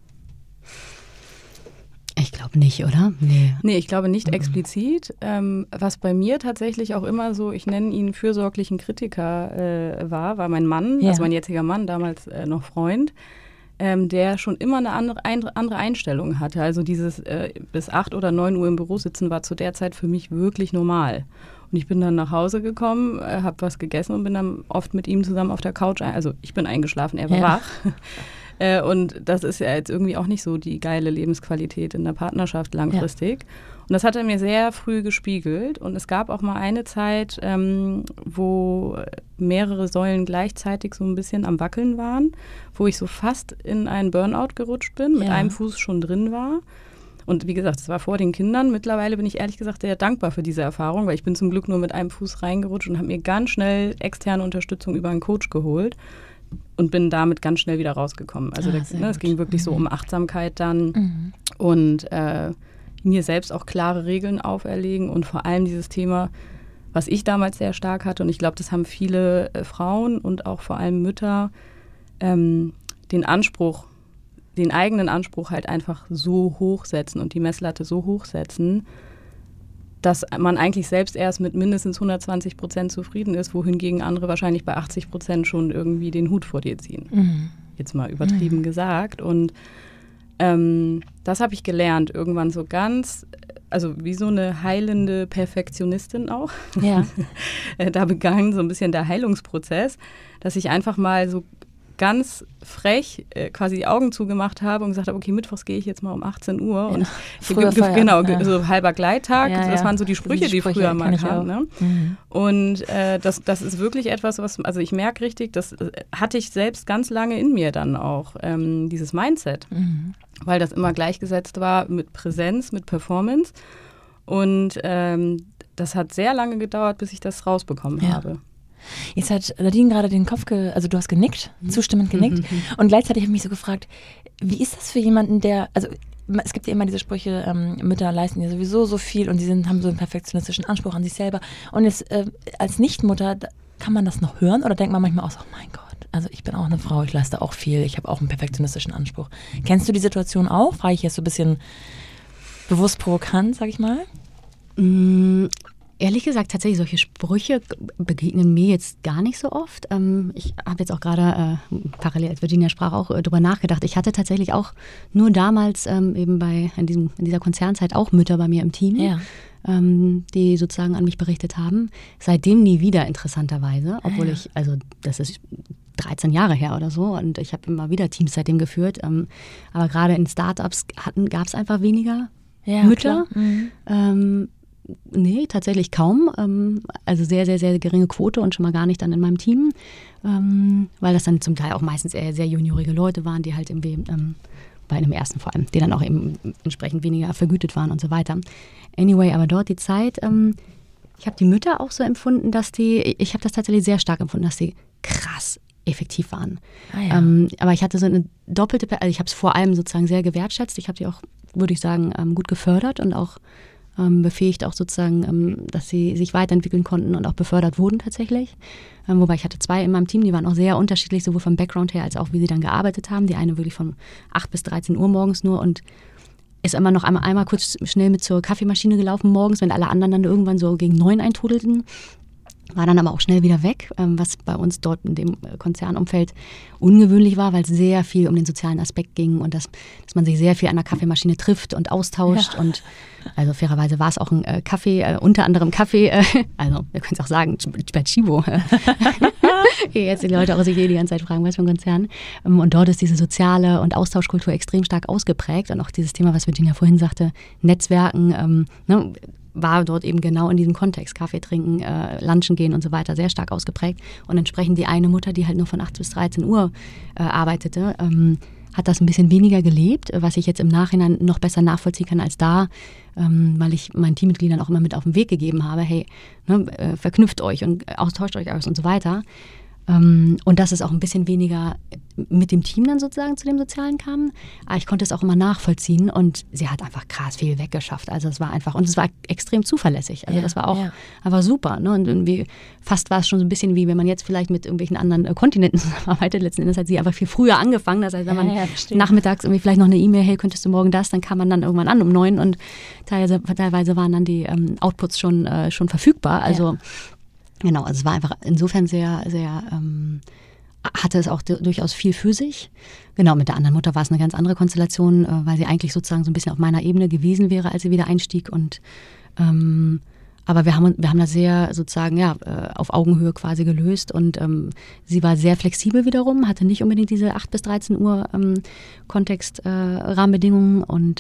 Ich glaube nicht, oder? Nee, ich glaube nicht explizit. Was bei mir tatsächlich auch immer so, ich nenne ihn fürsorglichen Kritiker war mein Mann, also mein jetziger Mann, damals noch Freund, der schon immer eine andere Einstellung hatte. Also dieses bis 8 oder 9 Uhr im Büro sitzen war zu der Zeit für mich wirklich normal. Und ich bin dann nach Hause gekommen, habe was gegessen und bin dann oft mit ihm zusammen auf der Couch, also ich bin eingeschlafen, er war wach. Und das ist ja jetzt irgendwie auch nicht so die geile Lebensqualität in der Partnerschaft langfristig. Ja. Und das hat er mir sehr früh gespiegelt. Und es gab auch mal eine Zeit, wo mehrere Säulen gleichzeitig so ein bisschen am Wackeln waren, wo ich so fast in einen Burnout gerutscht bin, mit einem Fuß schon drin war. Und wie gesagt, das war vor den Kindern. Mittlerweile bin ich ehrlich gesagt sehr dankbar für diese Erfahrung, weil ich bin zum Glück nur mit einem Fuß reingerutscht und habe mir ganz schnell externe Unterstützung über einen Coach geholt. Und bin damit ganz schnell wieder rausgekommen. Also es ging wirklich so um Achtsamkeit dann und mir selbst auch klare Regeln auferlegen und vor allem dieses Thema, was ich damals sehr stark hatte und ich glaube, das haben viele Frauen und auch vor allem Mütter, den eigenen Anspruch halt einfach so hoch setzen und die Messlatte so hoch setzen, dass man eigentlich selbst erst mit mindestens 120% zufrieden ist, wohingegen andere wahrscheinlich bei 80% schon irgendwie den Hut vor dir ziehen. Jetzt mal übertrieben gesagt. Und das habe ich gelernt, irgendwann so ganz, also wie so eine heilende Perfektionistin auch. Ja. Da begann so ein bisschen der Heilungsprozess, dass ich einfach mal so ganz frech quasi die Augen zugemacht habe und gesagt habe, okay, mittwochs gehe ich jetzt mal um 18 Uhr. Und so halber Gleittag, das waren so die Sprüche, die früher mal kamen. Ne? Und das ist wirklich etwas, also ich merke richtig, das hatte ich selbst ganz lange in mir dann auch, dieses Mindset, weil das immer gleichgesetzt war mit Präsenz, mit Performance. Und das hat sehr lange gedauert, bis ich das rausbekommen habe. Jetzt hat Nadine gerade den Kopf, also du hast genickt, zustimmend genickt. Und gleichzeitig habe ich mich so gefragt, wie ist das für jemanden, der, also es gibt ja immer diese Sprüche, Mütter leisten ja sowieso so viel und haben so einen perfektionistischen Anspruch an sich selber. Und jetzt als Nichtmutter, kann man das noch hören oder denkt man manchmal auch so, oh mein Gott, also ich bin auch eine Frau, ich leiste auch viel, ich habe auch einen perfektionistischen Anspruch. Kennst du die Situation auch? Frage ich jetzt so ein bisschen bewusst provokant, sag ich mal. Ehrlich gesagt, tatsächlich solche Sprüche begegnen mir jetzt gar nicht so oft. Ich habe jetzt auch gerade parallel, als Virginia sprach, auch drüber nachgedacht. Ich hatte tatsächlich auch nur damals eben in dieser Konzernzeit auch Mütter bei mir im Team, die sozusagen an mich berichtet haben. Seitdem nie wieder, interessanterweise, obwohl das ist 13 Jahre her oder so und ich habe immer wieder Teams seitdem geführt. Aber gerade in Startups gab es einfach weniger Mütter. Nee, tatsächlich kaum. Also sehr, sehr, sehr geringe Quote und schon mal gar nicht dann in meinem Team, weil das dann zum Teil auch meistens eher sehr juniorige Leute waren, die halt irgendwie bei einem ersten vor allem, die dann auch eben entsprechend weniger vergütet waren und so weiter. Anyway, aber dort die Zeit, ich habe die Mütter auch so empfunden, ich habe das tatsächlich sehr stark empfunden, dass die krass effektiv waren. Aber ich hatte so eine doppelte, also ich habe es vor allem sozusagen sehr gewertschätzt. Ich habe sie auch, würde ich sagen, gut gefördert und auch befähigt auch sozusagen, dass sie sich weiterentwickeln konnten und auch befördert wurden tatsächlich. Wobei ich hatte 2 in meinem Team, die waren auch sehr unterschiedlich, sowohl vom Background her als auch, wie sie dann gearbeitet haben. Die eine wirklich von 8 bis 13 Uhr morgens nur und ist immer noch einmal kurz schnell mit zur Kaffeemaschine gelaufen morgens, wenn alle anderen dann irgendwann so gegen 9 eintrudelten. War dann aber auch schnell wieder weg, was bei uns dort in dem Konzernumfeld ungewöhnlich war, weil es sehr viel um den sozialen Aspekt ging und dass man sich sehr viel an der Kaffeemaschine trifft und austauscht. Und also fairerweise war es auch ein Kaffee, unter anderem Kaffee, also wir können es auch sagen, bei Chibo. Jetzt die Leute auch sich die ganze Zeit fragen, was für ein Konzern. Und dort ist diese soziale und Austauschkultur extrem stark ausgeprägt und auch dieses Thema, was Virginia vorhin sagte, Netzwerken, war dort eben genau in diesem Kontext, Kaffee trinken, lunchen gehen und so weiter, sehr stark ausgeprägt. Und entsprechend die eine Mutter, die halt nur von 8 bis 13 Uhr arbeitete, hat das ein bisschen weniger gelebt, was ich jetzt im Nachhinein noch besser nachvollziehen kann als da, weil ich meinen Teammitgliedern auch immer mit auf den Weg gegeben habe, hey, verknüpft euch und austauscht euch aus und so weiter. Und dass es auch ein bisschen weniger mit dem Team dann sozusagen zu dem Sozialen kam. Aber ich konnte es auch immer nachvollziehen und sie hat einfach krass viel weggeschafft. Also es war einfach, und es war extrem zuverlässig. Also das war auch einfach super. Ne? Und irgendwie fast war es schon so ein bisschen wie, wenn man jetzt vielleicht mit irgendwelchen anderen Kontinenten zusammenarbeitet. Letzten Endes hat sie einfach viel früher angefangen. Das heißt, wenn man nachmittags irgendwie vielleicht noch eine E-Mail, hey, könntest du morgen das, dann kam man dann irgendwann an um 9 und teilweise waren dann die Outputs schon verfügbar. Also genau, also es war einfach insofern sehr, sehr, hatte es auch durchaus viel für sich. Genau, mit der anderen Mutter war es eine ganz andere Konstellation, weil sie eigentlich sozusagen so ein bisschen auf meiner Ebene gewesen wäre, als sie wieder einstieg. Und aber wir haben das sehr sozusagen auf Augenhöhe quasi gelöst und sie war sehr flexibel wiederum, hatte nicht unbedingt diese 8 bis 13 Uhr Kontext, Rahmenbedingungen und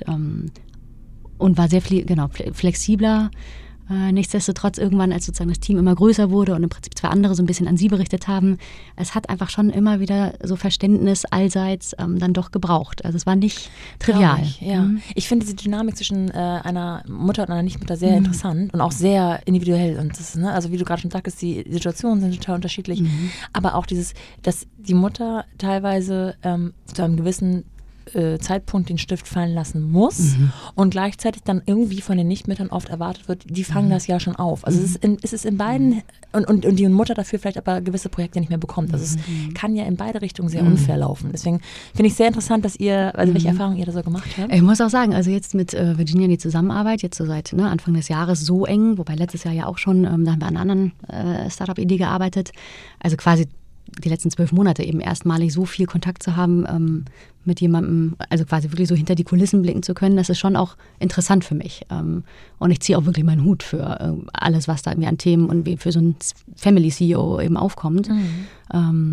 war sehr flexibler. Nichtsdestotrotz irgendwann, als sozusagen das Team immer größer wurde und im Prinzip 2 andere so ein bisschen an sie berichtet haben, es hat einfach schon immer wieder so Verständnis allseits dann doch gebraucht. Also es war nicht trivial. Ich finde diese Dynamik zwischen einer Mutter und einer Nichtmutter sehr interessant und auch sehr individuell. Und das, also wie du gerade schon sagtest, die Situationen sind total unterschiedlich. Aber auch dass die Mutter teilweise zu einem gewissen Zeitpunkt den Stift fallen lassen muss und gleichzeitig dann irgendwie von den Nichtmüttern oft erwartet wird, die fangen das ja schon auf. Also es ist in beiden und die Mutter dafür vielleicht aber gewisse Projekte nicht mehr bekommt. Also es kann ja in beide Richtungen sehr unfair laufen. Deswegen finde ich sehr interessant, dass welche Erfahrungen ihr da so gemacht habt. Ich muss auch sagen, also jetzt mit Virginia die Zusammenarbeit, jetzt so seit Anfang des Jahres so eng, wobei letztes Jahr ja auch schon, da haben wir an einer anderen Startup-Idee gearbeitet, also quasi die letzten 12 Monate eben erstmalig so viel Kontakt zu haben mit jemandem, also quasi wirklich so hinter die Kulissen blicken zu können, das ist schon auch interessant für mich. Und ich ziehe auch wirklich meinen Hut für alles, was da irgendwie an Themen und wie für so einen Family-CEO eben aufkommt.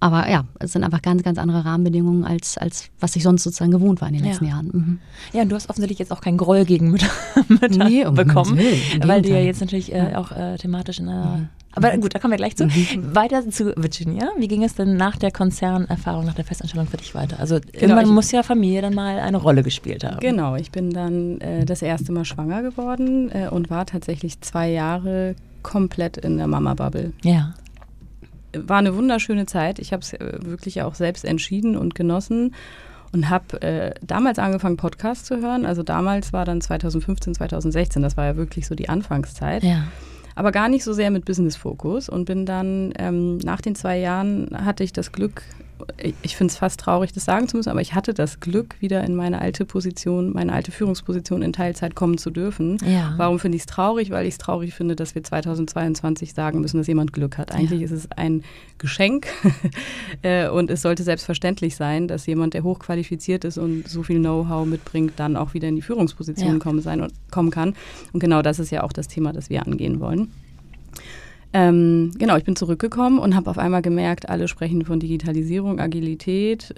Aber ja, es sind einfach ganz, ganz andere Rahmenbedingungen, als was ich sonst sozusagen gewohnt war in den letzten Jahren. Mhm. Ja, und du hast offensichtlich jetzt auch keinen Groll gegen Mütter bekommen, weil du ja jetzt natürlich auch thematisch in einer... Aber gut, da kommen wir gleich zu. Weiter zu Virginia. Wie ging es denn nach der Konzernerfahrung, nach der Festanstellung für dich weiter? Also irgendwann muss ja Familie dann mal eine Rolle gespielt haben. Genau, ich bin dann das erste Mal schwanger geworden und war tatsächlich 2 Jahre komplett in der Mama-Bubble. Ja. War eine wunderschöne Zeit. Ich habe es wirklich auch selbst entschieden und genossen und habe damals angefangen, Podcasts zu hören. Also damals war dann 2015, 2016, das war ja wirklich so die Anfangszeit. Ja. Aber gar nicht so sehr mit Business-Fokus und bin dann, nach den 2 Jahren hatte ich das Glück, ich finde es fast traurig, das sagen zu müssen, aber ich hatte das Glück, wieder in meine alte Position, meine alte Führungsposition in Teilzeit kommen zu dürfen. Ja. Warum finde ich es traurig? Weil ich es traurig finde, dass wir 2022 sagen müssen, dass jemand Glück hat. Eigentlich ist es ein Geschenk und es sollte selbstverständlich sein, dass jemand, der hochqualifiziert ist und so viel Know-how mitbringt, dann auch wieder in die Führungsposition kommen kann. Und genau das ist ja auch das Thema, das wir angehen wollen. Genau, ich bin zurückgekommen und habe auf einmal gemerkt, alle sprechen von Digitalisierung, Agilität,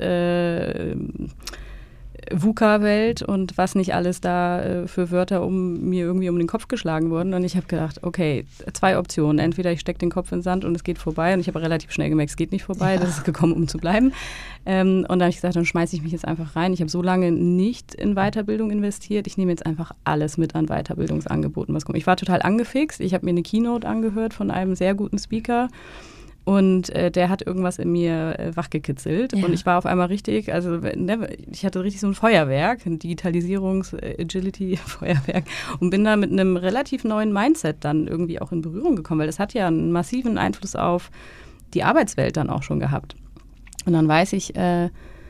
VUCA-Welt und was nicht alles da für Wörter mir irgendwie um den Kopf geschlagen wurden. Und ich habe gedacht, okay, 2 Optionen. Entweder ich stecke den Kopf in den Sand und es geht vorbei. Und ich habe relativ schnell gemerkt, es geht nicht vorbei. Das ist gekommen, um zu bleiben. Und dann habe ich gesagt, dann schmeiße ich mich jetzt einfach rein. Ich habe so lange nicht in Weiterbildung investiert. Ich nehme jetzt einfach alles mit an Weiterbildungsangeboten, was kommt. Ich war total angefixt. Ich habe mir eine Keynote angehört von einem sehr guten Speaker. Und der hat irgendwas in mir wachgekitzelt. Ja. Und ich war auf einmal richtig, also ich hatte richtig so ein Feuerwerk, ein Digitalisierungs-Agility-Feuerwerk und bin da mit einem relativ neuen Mindset dann irgendwie auch in Berührung gekommen, weil das hat ja einen massiven Einfluss auf die Arbeitswelt dann auch schon gehabt. Und dann weiß ich, habe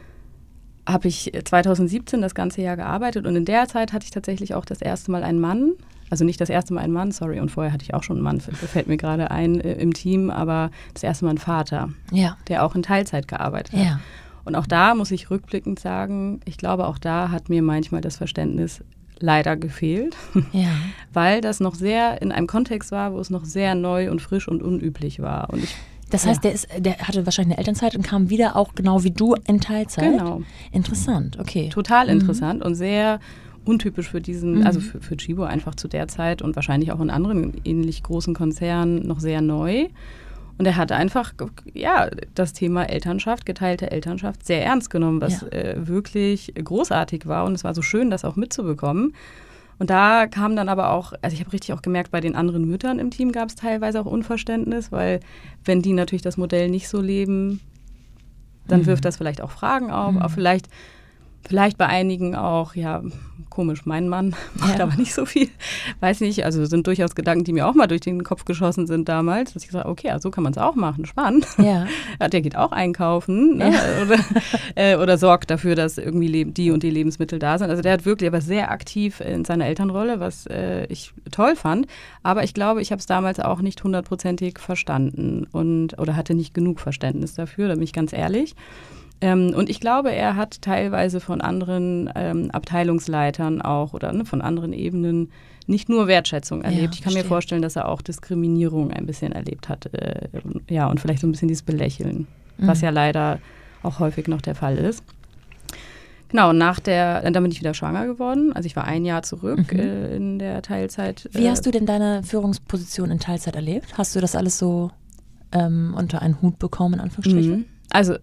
ich 2017 das ganze Jahr gearbeitet und in der Zeit hatte ich tatsächlich auch das erste Mal einen Mann. Also nicht das erste Mal einen Mann, sorry, und vorher hatte ich auch schon einen Mann, fällt mir gerade ein, im Team, aber das erste Mal einen Vater, der auch in Teilzeit gearbeitet hat. Ja. Und auch da muss ich rückblickend sagen, ich glaube, auch da hat mir manchmal das Verständnis leider gefehlt, weil das noch sehr in einem Kontext war, wo es noch sehr neu und frisch und unüblich war. Und das heißt, der hatte wahrscheinlich eine Elternzeit und kam wieder auch genau wie du in Teilzeit? Genau. Interessant, okay. Total interessant und sehr untypisch für diesen, also für Tchibo einfach zu der Zeit und wahrscheinlich auch in anderen ähnlich großen Konzernen noch sehr neu. Und er hat einfach, das Thema Elternschaft, geteilte Elternschaft sehr ernst genommen, was wirklich großartig war. Und es war so schön, das auch mitzubekommen. Und da kam dann aber auch, also ich habe richtig auch gemerkt, bei den anderen Müttern im Team gab es teilweise auch Unverständnis, weil wenn die natürlich das Modell nicht so leben, dann wirft das vielleicht auch Fragen auf, auch vielleicht bei einigen auch, komisch, mein Mann macht aber nicht so viel, weiß nicht, also sind durchaus Gedanken, die mir auch mal durch den Kopf geschossen sind damals, dass ich gesagt habe, okay, so kann man es auch machen, spannend. Ja. Der geht auch einkaufen, ne? Oder sorgt dafür, dass irgendwie die und die Lebensmittel da sind. Also der hat wirklich aber sehr aktiv in seiner Elternrolle, was ich toll fand, aber ich glaube, ich habe es damals auch nicht 100%ig verstanden oder hatte nicht genug Verständnis dafür, da bin ich ganz ehrlich. Und ich glaube, er hat teilweise von anderen Abteilungsleitern auch oder von anderen Ebenen nicht nur Wertschätzung erlebt. Ich kann mir vorstellen, dass er auch Diskriminierung ein bisschen erlebt hat. Und vielleicht so ein bisschen dieses Belächeln, was ja leider auch häufig noch der Fall ist. Genau, dann bin ich wieder schwanger geworden. Also ich war 1 Jahr zurück in der Teilzeit. Wie hast du denn deine Führungsposition in Teilzeit erlebt? Hast du das alles so unter einen Hut bekommen, in Anführungsstrichen? Also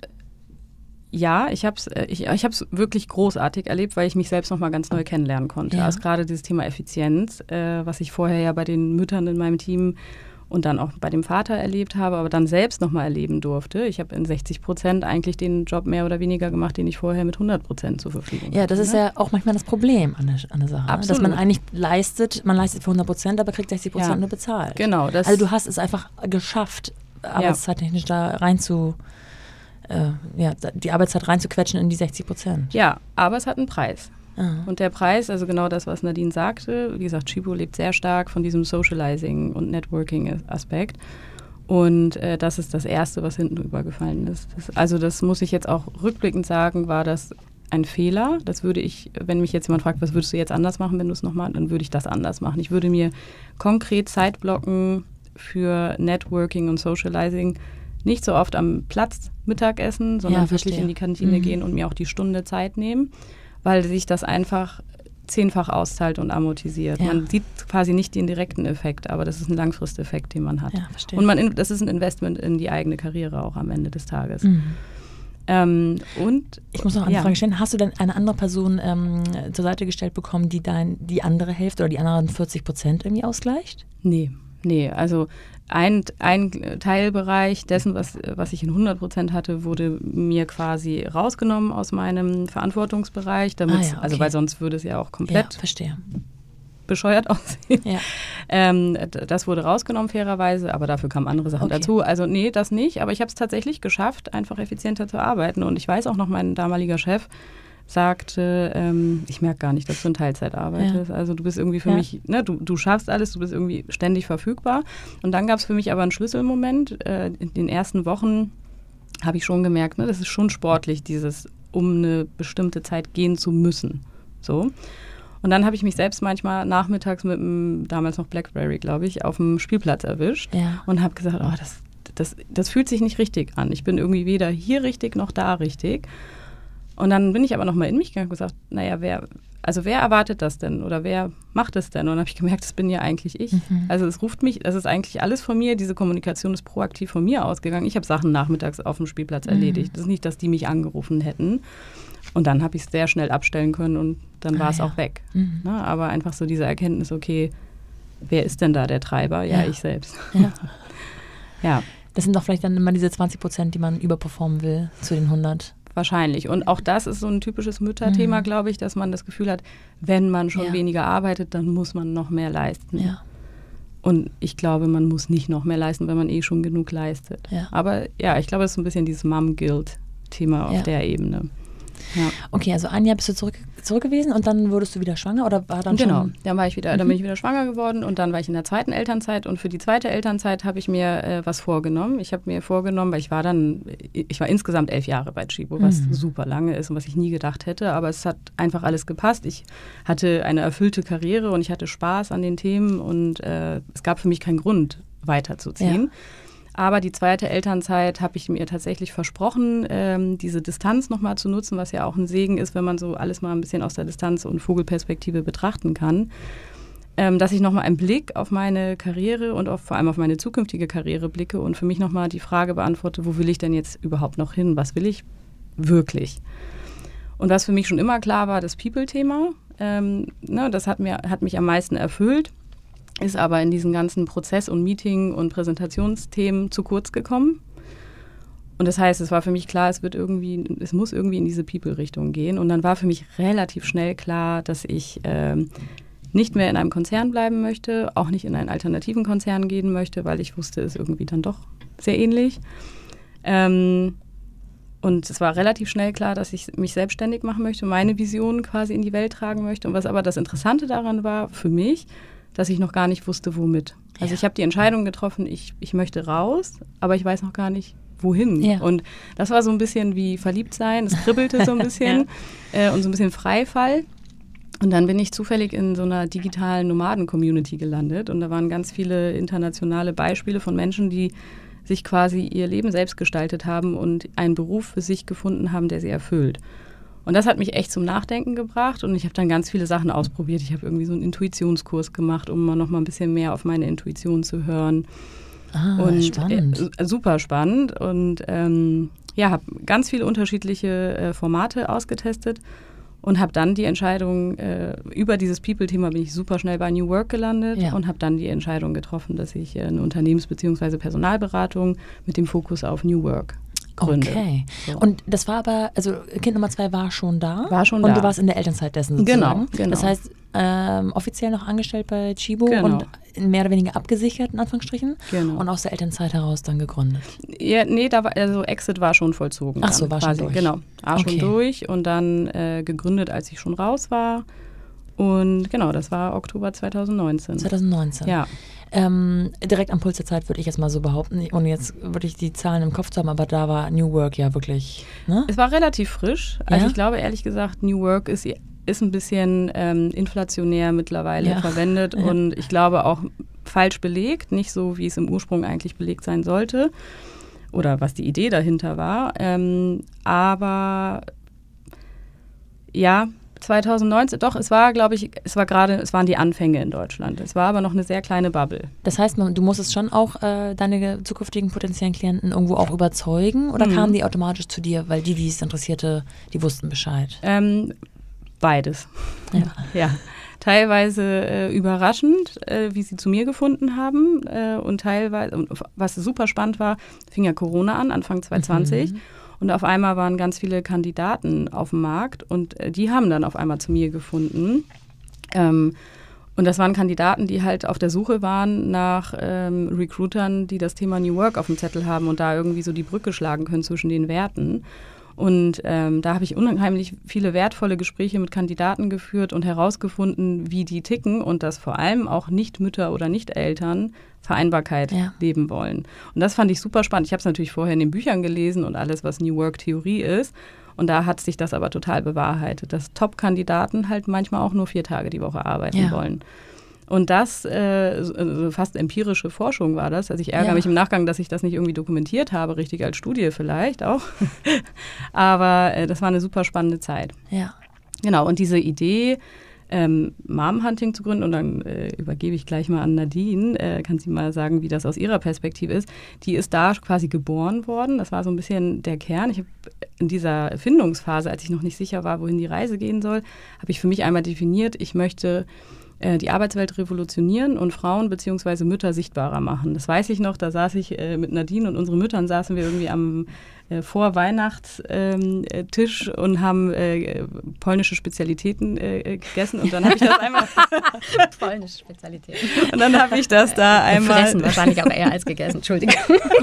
ja, ich hab's wirklich großartig erlebt, weil ich mich selbst noch mal ganz neu kennenlernen konnte. Ja. Also gerade dieses Thema Effizienz, was ich vorher ja bei den Müttern in meinem Team und dann auch bei dem Vater erlebt habe, aber dann selbst noch mal erleben durfte. Ich habe in 60% eigentlich den Job mehr oder weniger gemacht, den ich vorher mit 100% zur Verfügung hatte. Ja, das ist ja auch manchmal das Problem an der Sache. Absolut. Dass man eigentlich leistet für 100%, aber kriegt 60% nur bezahlt. Genau. Also du hast es einfach geschafft, arbeitszeittechnisch da rein die Arbeitszeit reinzuquetschen in die 60%. Ja, aber es hat einen Preis. Und der Preis, also genau das, was Nadine sagte, wie gesagt, Tchibo lebt sehr stark von diesem Socializing- und Networking-Aspekt. Und das ist das Erste, was hinten übergefallen ist. Das muss ich jetzt auch rückblickend sagen, war das ein Fehler. Das würde ich, wenn mich jetzt jemand fragt, was würdest du jetzt anders machen, wenn du es nochmal, dann würde ich das anders machen. Ich würde mir konkret Zeit blocken für Networking und Socializing nicht so oft am Platz Mittagessen, sondern wirklich verstehe. in die Kantine gehen und mir auch die Stunde Zeit nehmen, weil sich das einfach 10-fach auszahlt und amortisiert. Ja. Man sieht quasi nicht den direkten Effekt, aber das ist ein Langfristeffekt, den man hat. Ja, verstehe. Und das ist ein Investment in die eigene Karriere auch am Ende des Tages. Und Ich muss noch eine Frage stellen. Hast du denn eine andere Person zur Seite gestellt bekommen, die die andere Hälfte oder die anderen 40% irgendwie ausgleicht? Nee, also ein Teilbereich dessen, was ich in 100% hatte, wurde mir quasi rausgenommen aus meinem Verantwortungsbereich, damit, also weil sonst würde es ja auch komplett verstehe. bescheuert aussehen. Ja. Das wurde rausgenommen fairerweise, aber dafür kamen andere Sachen dazu. Also nee, das nicht, aber ich habe es tatsächlich geschafft, einfach effizienter zu arbeiten. Und ich weiß auch noch, mein damaliger Chef sagte, ich merke gar nicht, dass du in Teilzeit arbeitest. Also du bist irgendwie für mich, ne, du schaffst alles, du bist irgendwie ständig verfügbar. Und dann gab es für mich aber einen Schlüsselmoment. In den ersten Wochen habe ich schon gemerkt, ne, das ist schon sportlich, dieses um eine bestimmte Zeit gehen zu müssen. So. Und dann habe ich mich selbst manchmal nachmittags mit dem, damals noch Blackberry, glaube ich, auf dem Spielplatz erwischt und habe gesagt, das fühlt sich nicht richtig an. Ich bin irgendwie weder hier richtig noch da richtig. Und dann bin ich aber nochmal in mich gegangen und gesagt, naja, wer erwartet das denn oder wer macht es denn? Und dann habe ich gemerkt, das bin ja eigentlich ich. Also es ruft mich, das ist eigentlich alles von mir, diese Kommunikation ist proaktiv von mir ausgegangen. Ich habe Sachen nachmittags auf dem Spielplatz erledigt. Das ist nicht, dass die mich angerufen hätten. Und dann habe ich es sehr schnell abstellen können und dann war es auch weg. Na, aber einfach so diese Erkenntnis, okay, wer ist denn da der Treiber? Ja, ich selbst. Ja. Das sind doch vielleicht dann immer diese 20%, die man überperformen will zu den 100. Wahrscheinlich. Und auch das ist so ein typisches Mütterthema, glaube ich, dass man das Gefühl hat, wenn man schon weniger arbeitet, dann muss man noch mehr leisten. Ja. Und ich glaube, man muss nicht noch mehr leisten, wenn man eh schon genug leistet. Ja. Aber ja, ich glaube, es ist so ein bisschen dieses Mom-Guilt-Thema auf der Ebene. Ja. Okay, also ein Jahr bist du zurück gewesen und dann wurdest du wieder schwanger oder war dann schon? Dann war ich wieder, dann bin ich wieder schwanger geworden und dann war ich in der zweiten Elternzeit und für die zweite Elternzeit habe ich mir was vorgenommen. Ich habe mir vorgenommen, weil ich war insgesamt 11 Jahre bei Tchibo, was super lange ist und was ich nie gedacht hätte, aber es hat einfach alles gepasst. Ich hatte eine erfüllte Karriere und ich hatte Spaß an den Themen und es gab für mich keinen Grund, weiterzuziehen. Ja. Aber die zweite Elternzeit habe ich mir tatsächlich versprochen, diese Distanz nochmal zu nutzen, was ja auch ein Segen ist, wenn man so alles mal ein bisschen aus der Distanz- und Vogelperspektive betrachten kann, dass ich nochmal einen Blick auf meine Karriere und vor allem auf meine zukünftige Karriere blicke und für mich nochmal die Frage beantworte, wo will ich denn jetzt überhaupt noch hin? Was will ich wirklich? Und was für mich schon immer klar war, das People-Thema, das hat mich am meisten erfüllt. Ist aber in diesen ganzen Prozess- und Meeting- und Präsentationsthemen zu kurz gekommen. Und das heißt, es war für mich klar, es muss irgendwie in diese People-Richtung gehen. Und dann war für mich relativ schnell klar, dass ich nicht mehr in einem Konzern bleiben möchte, auch nicht in einen alternativen Konzern gehen möchte, weil ich wusste, es ist irgendwie dann doch sehr ähnlich. Und es war relativ schnell klar, dass ich mich selbstständig machen möchte, meine Vision quasi in die Welt tragen möchte. Und was aber das Interessante daran war für mich, dass ich noch gar nicht wusste, womit. Also ich habe die Entscheidung getroffen, ich möchte raus, aber ich weiß noch gar nicht, wohin. Ja. Und das war so ein bisschen wie verliebt sein, es kribbelte so ein bisschen und so ein bisschen Freifall. Und dann bin ich zufällig in so einer digitalen Nomaden-Community gelandet und da waren ganz viele internationale Beispiele von Menschen, die sich quasi ihr Leben selbst gestaltet haben und einen Beruf für sich gefunden haben, der sie erfüllt. Und das hat mich echt zum Nachdenken gebracht und ich habe dann ganz viele Sachen ausprobiert. Ich habe irgendwie so einen Intuitionskurs gemacht, um mal noch mal ein bisschen mehr auf meine Intuition zu hören. Und spannend. Super spannend und habe ganz viele unterschiedliche Formate ausgetestet und habe dann die Entscheidung, über dieses People-Thema bin ich super schnell bei New Work gelandet und habe dann die Entscheidung getroffen, dass ich eine Unternehmens- bzw. Personalberatung mit dem Fokus auf New Work gründe. Okay. So. Und das war aber, also Kind Nummer 2 war schon da? War schon da. Und du warst in der Elternzeit dessen sozusagen? Genau. Das heißt, offiziell noch angestellt bei Tchibo und mehr oder weniger abgesichert, in Anführungsstrichen. Genau. Und aus der Elternzeit heraus dann gegründet. Ja, nee, Exit war schon vollzogen. Ach so, war quasi. Schon durch. Genau, schon durch und dann gegründet, als ich schon raus war. Und genau, das war Oktober 2019. 2019. Ja. Direkt am Puls der Zeit würde ich jetzt mal so behaupten, ohne jetzt wirklich die Zahlen im Kopf zu haben, aber da war New Work ja wirklich, ne? Es war relativ frisch. Also ich glaube, ehrlich gesagt, New Work ist ein bisschen inflationär mittlerweile verwendet und ich glaube auch falsch belegt, nicht so, wie es im Ursprung eigentlich belegt sein sollte. oder was die Idee dahinter war. Aber ja, 2019, doch, es waren die Anfänge in Deutschland. Es war aber noch eine sehr kleine Bubble. Das heißt, du musstest schon auch deine zukünftigen potenziellen Klienten irgendwo auch überzeugen oder kamen die automatisch zu dir, weil die es interessierte, die wussten Bescheid? Beides. Ja. Teilweise überraschend, wie sie zu mir gefunden haben und teilweise, was super spannend war, fing ja Corona an, Anfang 2020. Und auf einmal waren ganz viele Kandidaten auf dem Markt und die haben dann auf einmal zu mir gefunden. Und das waren Kandidaten, die halt auf der Suche waren nach Recruitern, die das Thema New Work auf dem Zettel haben und da irgendwie so die Brücke schlagen können zwischen den Werten. Und da habe ich unheimlich viele wertvolle Gespräche mit Kandidaten geführt und herausgefunden, wie die ticken und dass vor allem auch Nicht-Mütter oder Nicht-Eltern Vereinbarkeit leben wollen. Und das fand ich super spannend. Ich habe es natürlich vorher in den Büchern gelesen und alles, was New Work-Theorie ist. Und da hat sich das aber total bewahrheitet, dass Top-Kandidaten halt manchmal auch nur 4 Tage die Woche arbeiten wollen. Und das, fast empirische Forschung war das. Also ich ärgere mich im Nachgang, dass ich das nicht irgendwie dokumentiert habe, richtig als Studie vielleicht auch. Aber das war eine super spannende Zeit. Ja. Genau, und diese Idee, Mom-Hunting zu gründen, und dann übergebe ich gleich mal an Nadine, kann sie mal sagen, wie das aus ihrer Perspektive ist. Die ist da quasi geboren worden. Das war so ein bisschen der Kern. Ich habe in dieser Findungsphase, als ich noch nicht sicher war, wohin die Reise gehen soll, habe ich für mich einmal definiert, ich möchte die Arbeitswelt revolutionieren und Frauen bzw. Mütter sichtbarer machen. Das weiß ich noch, da saß ich mit Nadine und unseren Müttern saßen wir irgendwie am Vorweihnachtstisch und haben polnische Spezialitäten gegessen und dann habe ich das einmal polnische Spezialitäten. Und dann habe ich das da einmal gefressen, wahrscheinlich aber eher als gegessen, Entschuldigung.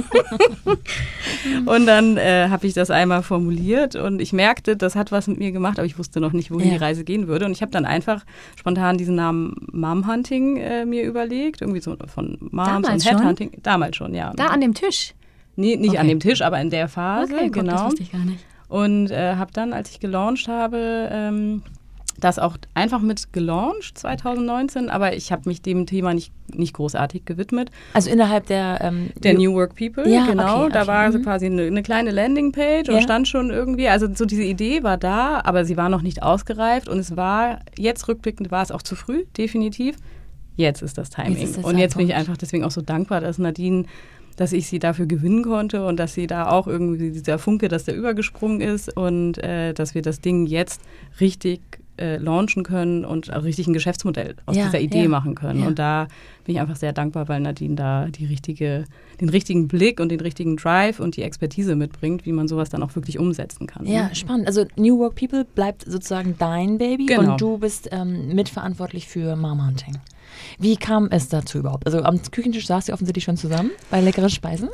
Und dann habe ich das einmal formuliert und ich merkte, das hat was mit mir gemacht, aber ich wusste noch nicht, wohin die Reise gehen würde. Und ich habe dann einfach spontan diesen Namen Mom-Hunting mir überlegt, irgendwie so von Moms und Headhunting. Damals schon, ja. Da an dem Tisch? Nee, nicht an dem Tisch, aber in der Phase, okay, gut, genau. Das wusste ich gar nicht. Und habe dann, als ich gelauncht habe, das auch einfach mit gelauncht 2019, aber ich habe mich dem Thema nicht großartig gewidmet. Also innerhalb der New Work People, ja, genau. Okay. Da war so quasi eine kleine Landingpage und stand schon irgendwie, also so diese Idee war da, aber sie war noch nicht ausgereift und es war, jetzt rückblickend war es auch zu früh, definitiv. Jetzt ist das Timing. Und jetzt bin ich einfach deswegen auch so dankbar, dass Nadine, dass ich sie dafür gewinnen konnte und dass sie da auch irgendwie dieser Funke, dass der übergesprungen ist und dass wir das Ding jetzt richtig launchen können und auch richtig ein Geschäftsmodell aus dieser Idee machen können. Und da bin ich einfach sehr dankbar, weil Nadine da den richtigen Blick und den richtigen Drive und die Expertise mitbringt, wie man sowas dann auch wirklich umsetzen kann. Ja, spannend. Also New Work People bleibt sozusagen dein Baby und du bist mitverantwortlich für Mom-Hunting. Wie kam es dazu überhaupt? Also am Küchentisch saßt ihr offensichtlich schon zusammen bei leckeren Speisen.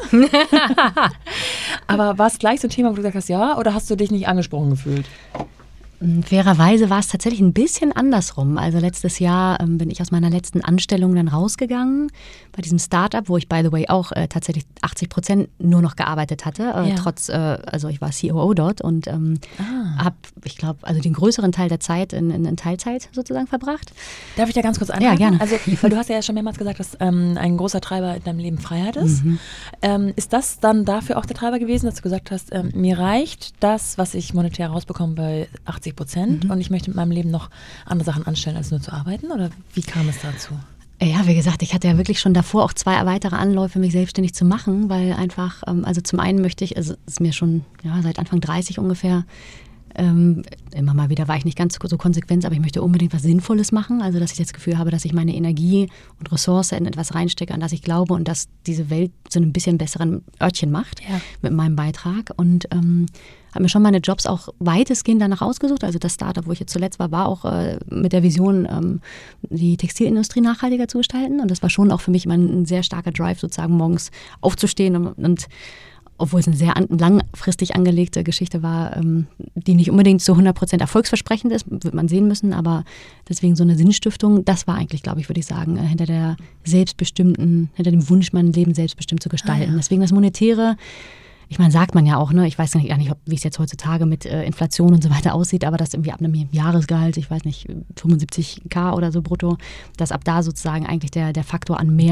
Aber war es gleich so ein Thema, wo du gesagt hast, ja, oder hast du dich nicht angesprochen gefühlt? Fairerweise war es tatsächlich ein bisschen andersrum. Also letztes Jahr bin ich aus meiner letzten Anstellung dann rausgegangen bei diesem Startup, wo ich, by the way, auch tatsächlich 80% nur noch gearbeitet hatte. Also ich war COO dort und habe, ich glaube, also den größeren Teil der Zeit in Teilzeit sozusagen verbracht. Darf ich da ganz kurz anfangen? Ja, gerne. Also, weil du hast ja schon mehrmals gesagt, dass ein großer Treiber in deinem Leben Freiheit ist. Ist das dann dafür auch der Treiber gewesen, dass du gesagt hast, mir reicht das, was ich monetär rausbekomme bei 80% und ich möchte mit meinem Leben noch andere Sachen anstellen, als nur zu arbeiten? Oder wie kam es dazu? Ja, wie gesagt, ich hatte ja wirklich schon davor auch 2 weitere Anläufe, mich selbstständig zu machen, weil einfach, also zum einen möchte ich, also es ist mir schon seit Anfang 30 ungefähr, immer mal wieder war ich nicht ganz so konsequent, aber ich möchte unbedingt was Sinnvolles machen, also dass ich das Gefühl habe, dass ich meine Energie und Ressource in etwas reinstecke, an das ich glaube und dass diese Welt so ein bisschen besseren Örtchen macht mit meinem Beitrag und habe mir schon meine Jobs auch weitestgehend danach ausgesucht. Also das Startup, wo ich jetzt zuletzt war auch mit der Vision, die Textilindustrie nachhaltiger zu gestalten. Und das war schon auch für mich immer ein sehr starker Drive, sozusagen morgens aufzustehen. Und obwohl es eine sehr langfristig angelegte Geschichte war, die nicht unbedingt zu 100% erfolgsversprechend ist, wird man sehen müssen. Aber deswegen so eine Sinnstiftung, das war eigentlich, glaube ich, würde ich sagen, hinter dem Wunsch, mein Leben selbstbestimmt zu gestalten. Deswegen das Monetäre, ich meine, sagt man ja auch, ne? Ich weiß gar nicht, wie es jetzt heutzutage mit Inflation und so weiter aussieht, aber dass irgendwie ab einem Jahresgehalt, ich weiß nicht, 75.000 oder so brutto, dass ab da sozusagen eigentlich der Faktor an mehr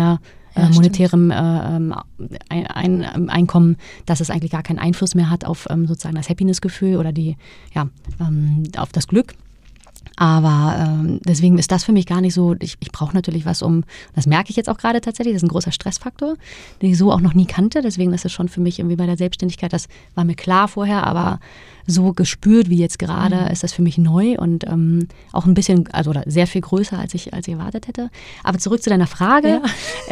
monetärem Einkommen, dass es eigentlich gar keinen Einfluss mehr hat auf sozusagen das Happiness-Gefühl oder auf das Glück. Aber deswegen ist das für mich gar nicht so, ich brauche natürlich was das merke ich jetzt auch gerade tatsächlich, das ist ein großer Stressfaktor, den ich so auch noch nie kannte, deswegen ist es schon für mich irgendwie bei der Selbstständigkeit, das war mir klar vorher, aber so gespürt wie jetzt gerade ist das für mich neu und auch ein bisschen, oder sehr viel größer, als ich erwartet hätte. Aber zurück zu deiner Frage.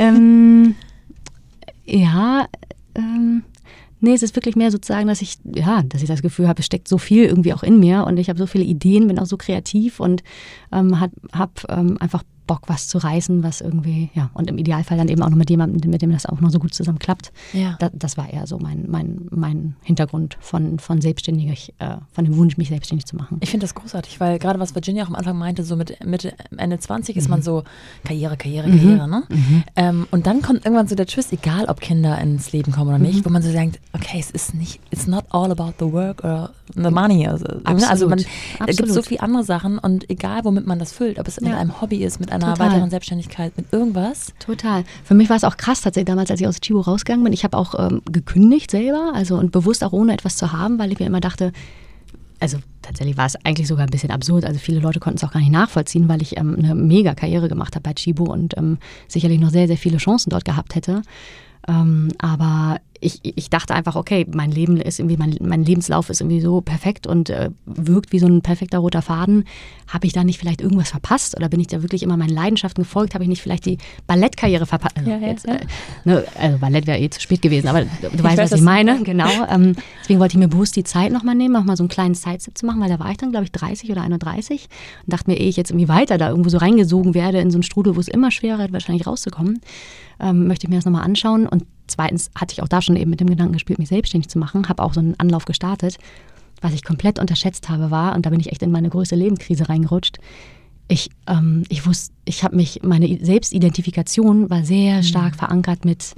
Nee, es ist wirklich mehr sozusagen, dass ich das Gefühl habe, es steckt so viel irgendwie auch in mir und ich habe so viele Ideen, bin auch so kreativ und habe einfach Bock, was zu reißen, was irgendwie, und im Idealfall dann eben auch noch mit jemandem, mit dem das auch noch so gut zusammen klappt. Ja. Das war eher so mein Hintergrund von selbstständig, von dem Wunsch, mich selbstständig zu machen. Ich finde das großartig, weil gerade was Virginia auch am Anfang meinte, so mit Ende 20 ist man so Karriere, ne? Und dann kommt irgendwann so der Twist, egal ob Kinder ins Leben kommen oder nicht, wo man so denkt, okay, it's not all about the work or the money. Es gibt so viele andere Sachen und egal, womit man das füllt, ob es mit einem Hobby ist, mit einer weiteren Selbstständigkeit, mit irgendwas. Total. Für mich war es auch krass tatsächlich damals, als ich aus Tchibo rausgegangen bin. Ich habe auch gekündigt selber, und bewusst auch ohne etwas zu haben, weil ich mir immer dachte, tatsächlich war es eigentlich sogar ein bisschen absurd. Also viele Leute konnten es auch gar nicht nachvollziehen, weil ich eine mega Karriere gemacht habe bei Tchibo und sicherlich noch sehr, sehr viele Chancen dort gehabt hätte. Aber ich dachte einfach, okay, mein Leben ist irgendwie, mein Lebenslauf ist irgendwie so perfekt und wirkt wie so ein perfekter roter Faden. Habe ich da nicht vielleicht irgendwas verpasst oder bin ich da wirklich immer meinen Leidenschaften gefolgt? Habe ich nicht vielleicht die Ballettkarriere verpasst? Ballett wäre zu spät gewesen, aber du weißt, was ich meine. Genau. Deswegen wollte ich mir bewusst die Zeit nochmal nehmen, nochmal so einen kleinen Sidestep zu machen, weil da war ich dann, glaube ich, 30 oder 31 und dachte mir, ehe ich jetzt irgendwie weiter da irgendwo so reingesogen werde in so einen Strudel, wo es immer schwerer wird, wahrscheinlich rauszukommen, möchte ich mir das nochmal anschauen. Und zweitens hatte ich auch da schon eben mit dem Gedanken gespielt, mich selbstständig zu machen, habe auch so einen Anlauf gestartet. Was ich komplett unterschätzt habe, war, und da bin ich echt in meine größte Lebenskrise reingerutscht, ich wusste, meine Selbstidentifikation war sehr stark verankert mit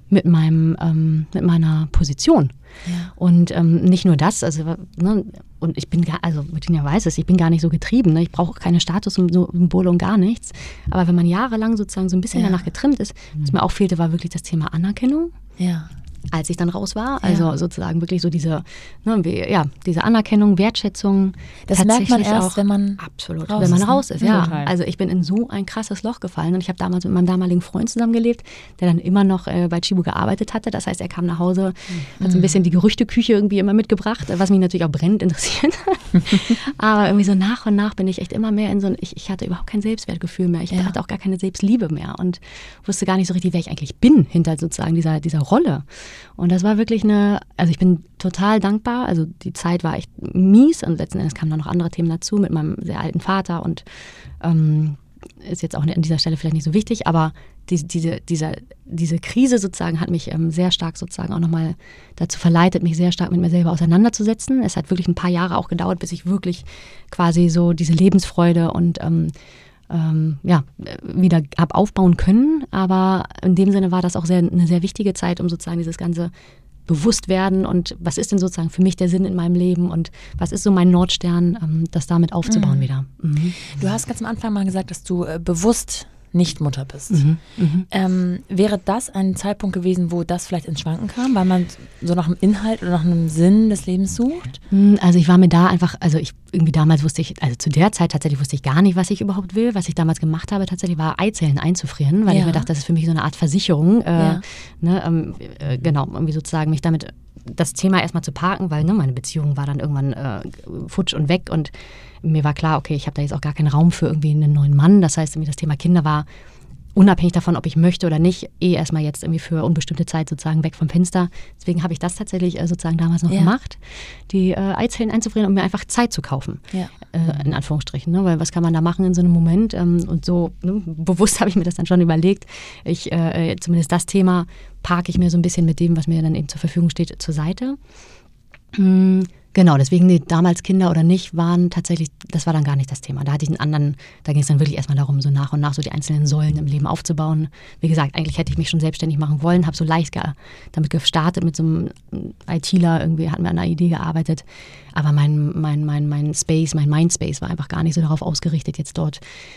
meiner Position. Ja. Und nicht nur das, und ich bin Virginia weiß es, ich bin gar nicht so getrieben, ne? Ich brauche keine Statussymbole und gar nichts. Aber wenn man jahrelang sozusagen so ein bisschen danach getrimmt ist, was mir auch fehlte, war wirklich das Thema Anerkennung. Ja. Als ich dann raus war, sozusagen wirklich so diese Anerkennung, Wertschätzung. Das merkt man erst, wenn man raus ist. Ja. Also ich bin in so ein krasses Loch gefallen und ich habe damals mit meinem damaligen Freund zusammengelebt, der dann immer noch bei Tchibo gearbeitet hatte. Das heißt, er kam nach Hause, hat so ein bisschen die Gerüchteküche irgendwie immer mitgebracht, was mich natürlich auch brennend interessiert. Aber irgendwie so nach und nach bin ich echt immer mehr in ich hatte überhaupt kein Selbstwertgefühl mehr. Ich hatte auch gar keine Selbstliebe mehr und wusste gar nicht so richtig, wer ich eigentlich bin hinter sozusagen dieser Rolle. Und das war wirklich ich bin total dankbar. Also die Zeit war echt mies und letzten Endes kamen dann noch andere Themen dazu mit meinem sehr alten Vater und ist jetzt auch an dieser Stelle vielleicht nicht so wichtig, aber diese Krise sozusagen hat mich sehr stark sozusagen auch nochmal dazu verleitet, mich sehr stark mit mir selber auseinanderzusetzen. Es hat wirklich ein paar Jahre auch gedauert, bis ich wirklich quasi so diese Lebensfreude und wieder habe aufbauen können. Aber in dem Sinne war das auch eine sehr wichtige Zeit, um sozusagen dieses ganze Bewusstwerden und was ist denn sozusagen für mich der Sinn in meinem Leben und was ist so mein Nordstern, das damit aufzubauen wieder. Mhm. Du hast ganz am Anfang mal gesagt, dass du bewusst nicht Mutter bist. Wäre das ein Zeitpunkt gewesen, wo das vielleicht ins Schwanken kam, weil man so nach einem Inhalt oder nach einem Sinn des Lebens sucht? Also ich war mir da einfach, damals wusste ich, zu der Zeit tatsächlich wusste ich gar nicht, was ich überhaupt will. Was ich damals gemacht habe tatsächlich war Eizellen einzufrieren, weil ich mir dachte, das ist für mich so eine Art Versicherung. Irgendwie sozusagen mich damit das Thema erstmal zu parken, weil meine Beziehung war dann irgendwann futsch und weg und mir war klar, okay, ich habe da jetzt auch gar keinen Raum für irgendwie einen neuen Mann. Das heißt, das Thema Kinder war unabhängig davon, ob ich möchte oder nicht, erstmal jetzt irgendwie für unbestimmte Zeit sozusagen weg vom Fenster. Deswegen habe ich das tatsächlich sozusagen damals noch gemacht, die Eizellen einzufrieren, um mir einfach Zeit zu kaufen, in Anführungsstrichen. Ne? Weil was kann man da machen in so einem Moment? Und so bewusst habe ich mir das dann schon überlegt. Zumindest das Thema parke ich mir so ein bisschen mit dem, was mir dann eben zur Verfügung steht, zur Seite. Genau, deswegen damals Kinder oder nicht waren tatsächlich, das war dann gar nicht das Thema. Da ging es dann wirklich erstmal darum, so nach und nach so die einzelnen Säulen im Leben aufzubauen. Wie gesagt, eigentlich hätte ich mich schon selbstständig machen wollen, habe so leicht damit gestartet, mit so einem ITler, irgendwie hatten wir an einer Idee gearbeitet. Aber mein Space, mein Mindspace war einfach gar nicht so darauf ausgerichtet, jetzt dort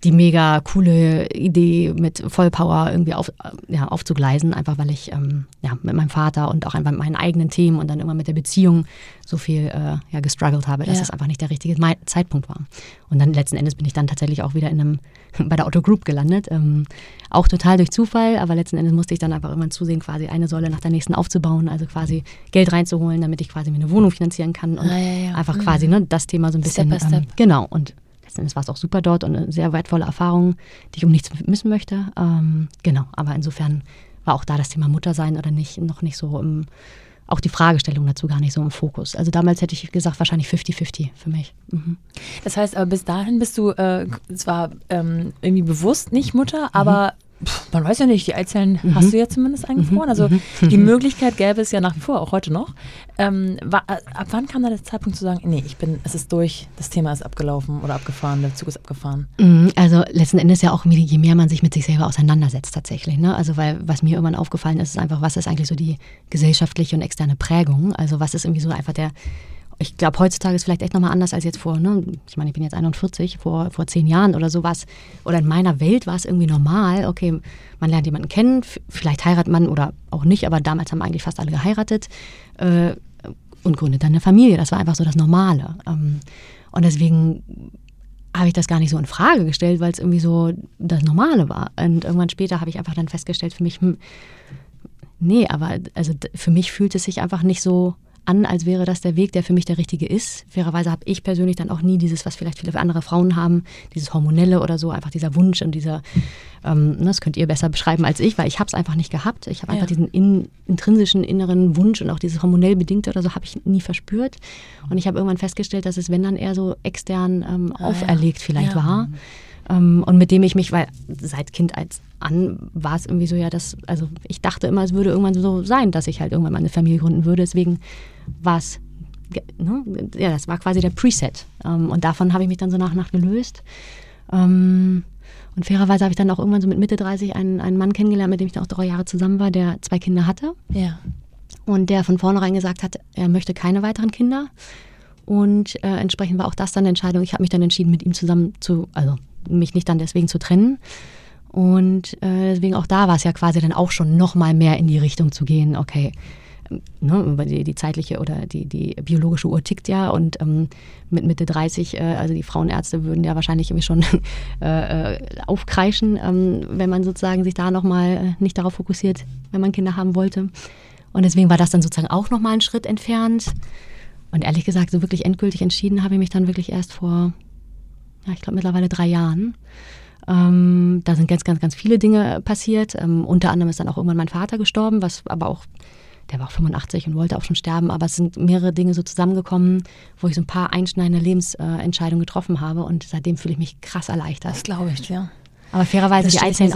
die mega coole Idee mit Vollpower irgendwie aufzugleisen, einfach weil ich mit meinem Vater und auch einfach mit meinen eigenen Themen und dann immer mit der Beziehung so viel gestruggelt habe, dass es einfach nicht der richtige Zeitpunkt war. Und dann letzten Endes bin ich dann tatsächlich auch wieder bei der Otto Group gelandet, auch total durch Zufall, aber letzten Endes musste ich dann einfach irgendwann zusehen, quasi eine Säule nach der nächsten aufzubauen, also quasi Geld reinzuholen, damit ich quasi mir eine Wohnung finanzieren kann und einfach quasi das Thema so ein bisschen, Step by Step. Genau, und es war auch super dort und eine sehr wertvolle Erfahrung, die ich um nichts missen möchte. Genau, aber insofern war auch da das Thema Muttersein oder nicht noch nicht so auch die Fragestellung dazu gar nicht so im Fokus. Also damals hätte ich gesagt, wahrscheinlich 50-50 für mich. Mhm. Das heißt, aber bis dahin bist du zwar irgendwie bewusst nicht Mutter, aber man weiß ja nicht, die Eizellen hast du ja zumindest eingefroren. Also die Möglichkeit gäbe es ja nach wie vor, auch heute noch. Ab wann kam da der Zeitpunkt zu sagen, nee, es ist durch, das Thema ist abgelaufen oder abgefahren, der Zug ist abgefahren? Also letzten Endes ja auch, je mehr man sich mit sich selber auseinandersetzt tatsächlich. Ne? Also weil was mir irgendwann aufgefallen ist einfach, was ist eigentlich so die gesellschaftliche und externe Prägung? Also was ist irgendwie so einfach ich glaube, heutzutage ist es vielleicht echt nochmal anders als jetzt ich meine, ich bin jetzt 41, vor 10 Jahren oder sowas. Oder in meiner Welt war es irgendwie normal, okay, man lernt jemanden kennen, vielleicht heiratet man oder auch nicht, aber damals haben eigentlich fast alle geheiratet und gründet dann eine Familie. Das war einfach so das Normale. Und deswegen habe ich das gar nicht so in Frage gestellt, weil es irgendwie so das Normale war. Und irgendwann später habe ich einfach dann festgestellt für mich, nee, aber also für mich fühlt es sich einfach nicht so an, als wäre das der Weg, der für mich der richtige ist. Fairerweise habe ich persönlich dann auch nie dieses, was vielleicht viele andere Frauen haben, dieses Hormonelle oder so, einfach dieser Wunsch und dieser, das könnt ihr besser beschreiben als ich, weil ich habe es einfach nicht gehabt. Ich habe einfach diesen intrinsischen inneren Wunsch und auch dieses hormonell Bedingte oder so habe ich nie verspürt. Und ich habe irgendwann festgestellt, dass es, wenn dann eher so extern auferlegt vielleicht war. Und mit dem ich mich, weil seit Kindheit an war es irgendwie so, also ich dachte immer, es würde irgendwann so sein, dass ich halt irgendwann mal eine Familie gründen würde. Deswegen war es, das war quasi der Preset. Und davon habe ich mich dann so nach und nach gelöst. Und fairerweise habe ich dann auch irgendwann so mit Mitte 30 einen Mann kennengelernt, mit dem ich dann auch 3 Jahre zusammen war, der 2 Kinder hatte. Ja. Und der von vornherein gesagt hat, er möchte keine weiteren Kinder. Und entsprechend war auch das dann eine Entscheidung. Ich habe mich dann entschieden, mit ihm zusammen mich nicht dann deswegen zu trennen. Und deswegen auch da war es ja quasi dann auch schon noch mal mehr in die Richtung zu gehen, okay, die zeitliche oder die biologische Uhr tickt ja und mit Mitte 30, also die Frauenärzte würden ja wahrscheinlich irgendwie schon aufkreischen, wenn man sozusagen sich da noch mal nicht darauf fokussiert, wenn man Kinder haben wollte. Und deswegen war das dann sozusagen auch noch mal ein Schritt entfernt. Und ehrlich gesagt, so wirklich endgültig entschieden habe ich mich dann wirklich erst vor, ich glaube mittlerweile 3 Jahren. Da sind ganz, ganz, ganz viele Dinge passiert. Unter anderem ist dann auch irgendwann mein Vater gestorben, was aber auch, der war auch 85 und wollte auch schon sterben, aber es sind mehrere Dinge so zusammengekommen, wo ich so ein paar einschneidende Lebensentscheidungen getroffen habe und seitdem fühle ich mich krass erleichtert. Das glaube ich, ja. Aber fairerweise die Eizellen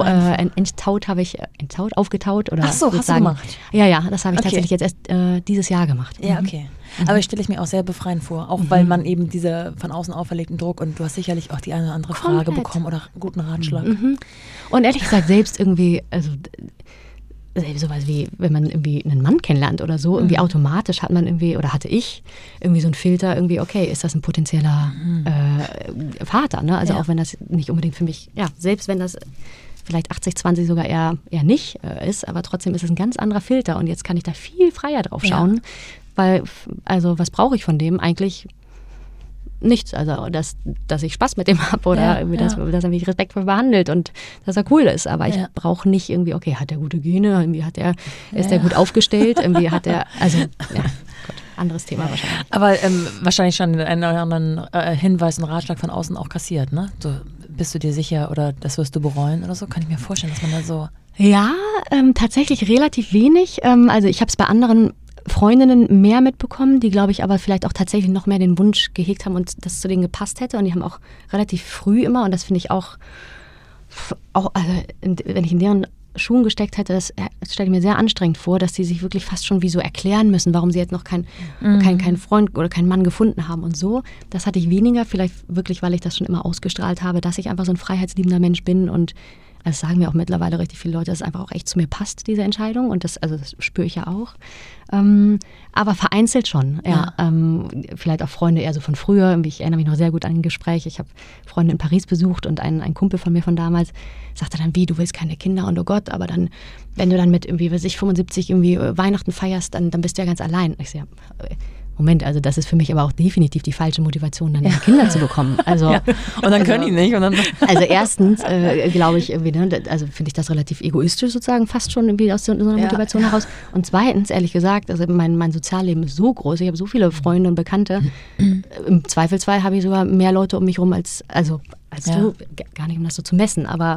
aufgetaut oder ach so, hast du gemacht? Ja, das habe ich tatsächlich jetzt erst dieses Jahr gemacht. Ja, okay. Aber ich stelle ich mir auch sehr befreiend vor, auch weil man eben diese von außen auferlegten Druck und du hast sicherlich auch die eine oder andere Frage bekommen oder einen guten Ratschlag. Und ehrlich gesagt, selbst irgendwie, also sowas wie, wenn man irgendwie einen Mann kennenlernt oder so, irgendwie automatisch hat man irgendwie, oder hatte ich, irgendwie so einen Filter, irgendwie, okay, ist das ein potenzieller Vater, ne? Also auch wenn das nicht unbedingt für mich, selbst wenn das vielleicht 80-20 sogar eher nicht ist, aber trotzdem ist es ein ganz anderer Filter und jetzt kann ich da viel freier drauf schauen, weil, also was brauche ich von dem? Eigentlich nichts, also dass ich Spaß mit dem habe oder irgendwie dass er mich respektvoll behandelt und dass er cool ist, aber ich brauche nicht irgendwie, okay, hat er gute Gene, irgendwie ist er gut aufgestellt, irgendwie hat er, also Gott, anderes Thema wahrscheinlich. Aber wahrscheinlich schon einen oder anderen Hinweis und Ratschlag von außen auch kassiert, ne? So, bist du dir sicher oder das wirst du bereuen oder so? Kann ich mir vorstellen, dass man da so... Ja, tatsächlich relativ wenig. Also ich habe es bei anderen Freundinnen mehr mitbekommen, die, glaube ich, aber vielleicht auch tatsächlich noch mehr den Wunsch gehegt haben und das zu denen gepasst hätte. Und die haben auch relativ früh immer, und das finde ich auch also, wenn ich in deren Schuhen gesteckt hätte, das stelle ich mir sehr anstrengend vor, dass die sich wirklich fast schon wie so erklären müssen, warum sie jetzt noch keinen Freund oder keinen Mann gefunden haben und so. Das hatte ich weniger, vielleicht wirklich, weil ich das schon immer ausgestrahlt habe, dass ich einfach so ein freiheitsliebender Mensch bin und Das sagen mir auch mittlerweile richtig viele Leute, dass es einfach auch echt zu mir passt, diese Entscheidung. Und das spüre ich ja auch. Aber vereinzelt schon, ja. Vielleicht auch Freunde eher so von früher. Ich erinnere mich noch sehr gut an ein Gespräch. Ich habe Freunde in Paris besucht und ein Kumpel von mir von damals sagte dann, wie, du willst keine Kinder und oh Gott, aber dann, wenn du dann mit irgendwie, 75 irgendwie Weihnachten feierst, dann bist du ja ganz allein. Ich sage, Moment, also das ist für mich aber auch definitiv die falsche Motivation, dann Kinder zu bekommen. Also, und dann können die nicht. Und dann also erstens glaube ich irgendwie, also finde ich das relativ egoistisch sozusagen, fast schon irgendwie aus so einer Motivation heraus. Und zweitens, ehrlich gesagt, also mein Sozialleben ist so groß, ich habe so viele Freunde und Bekannte. Im Zweifelsfall habe ich sogar mehr Leute um mich rum als du, gar nicht um das so zu messen, aber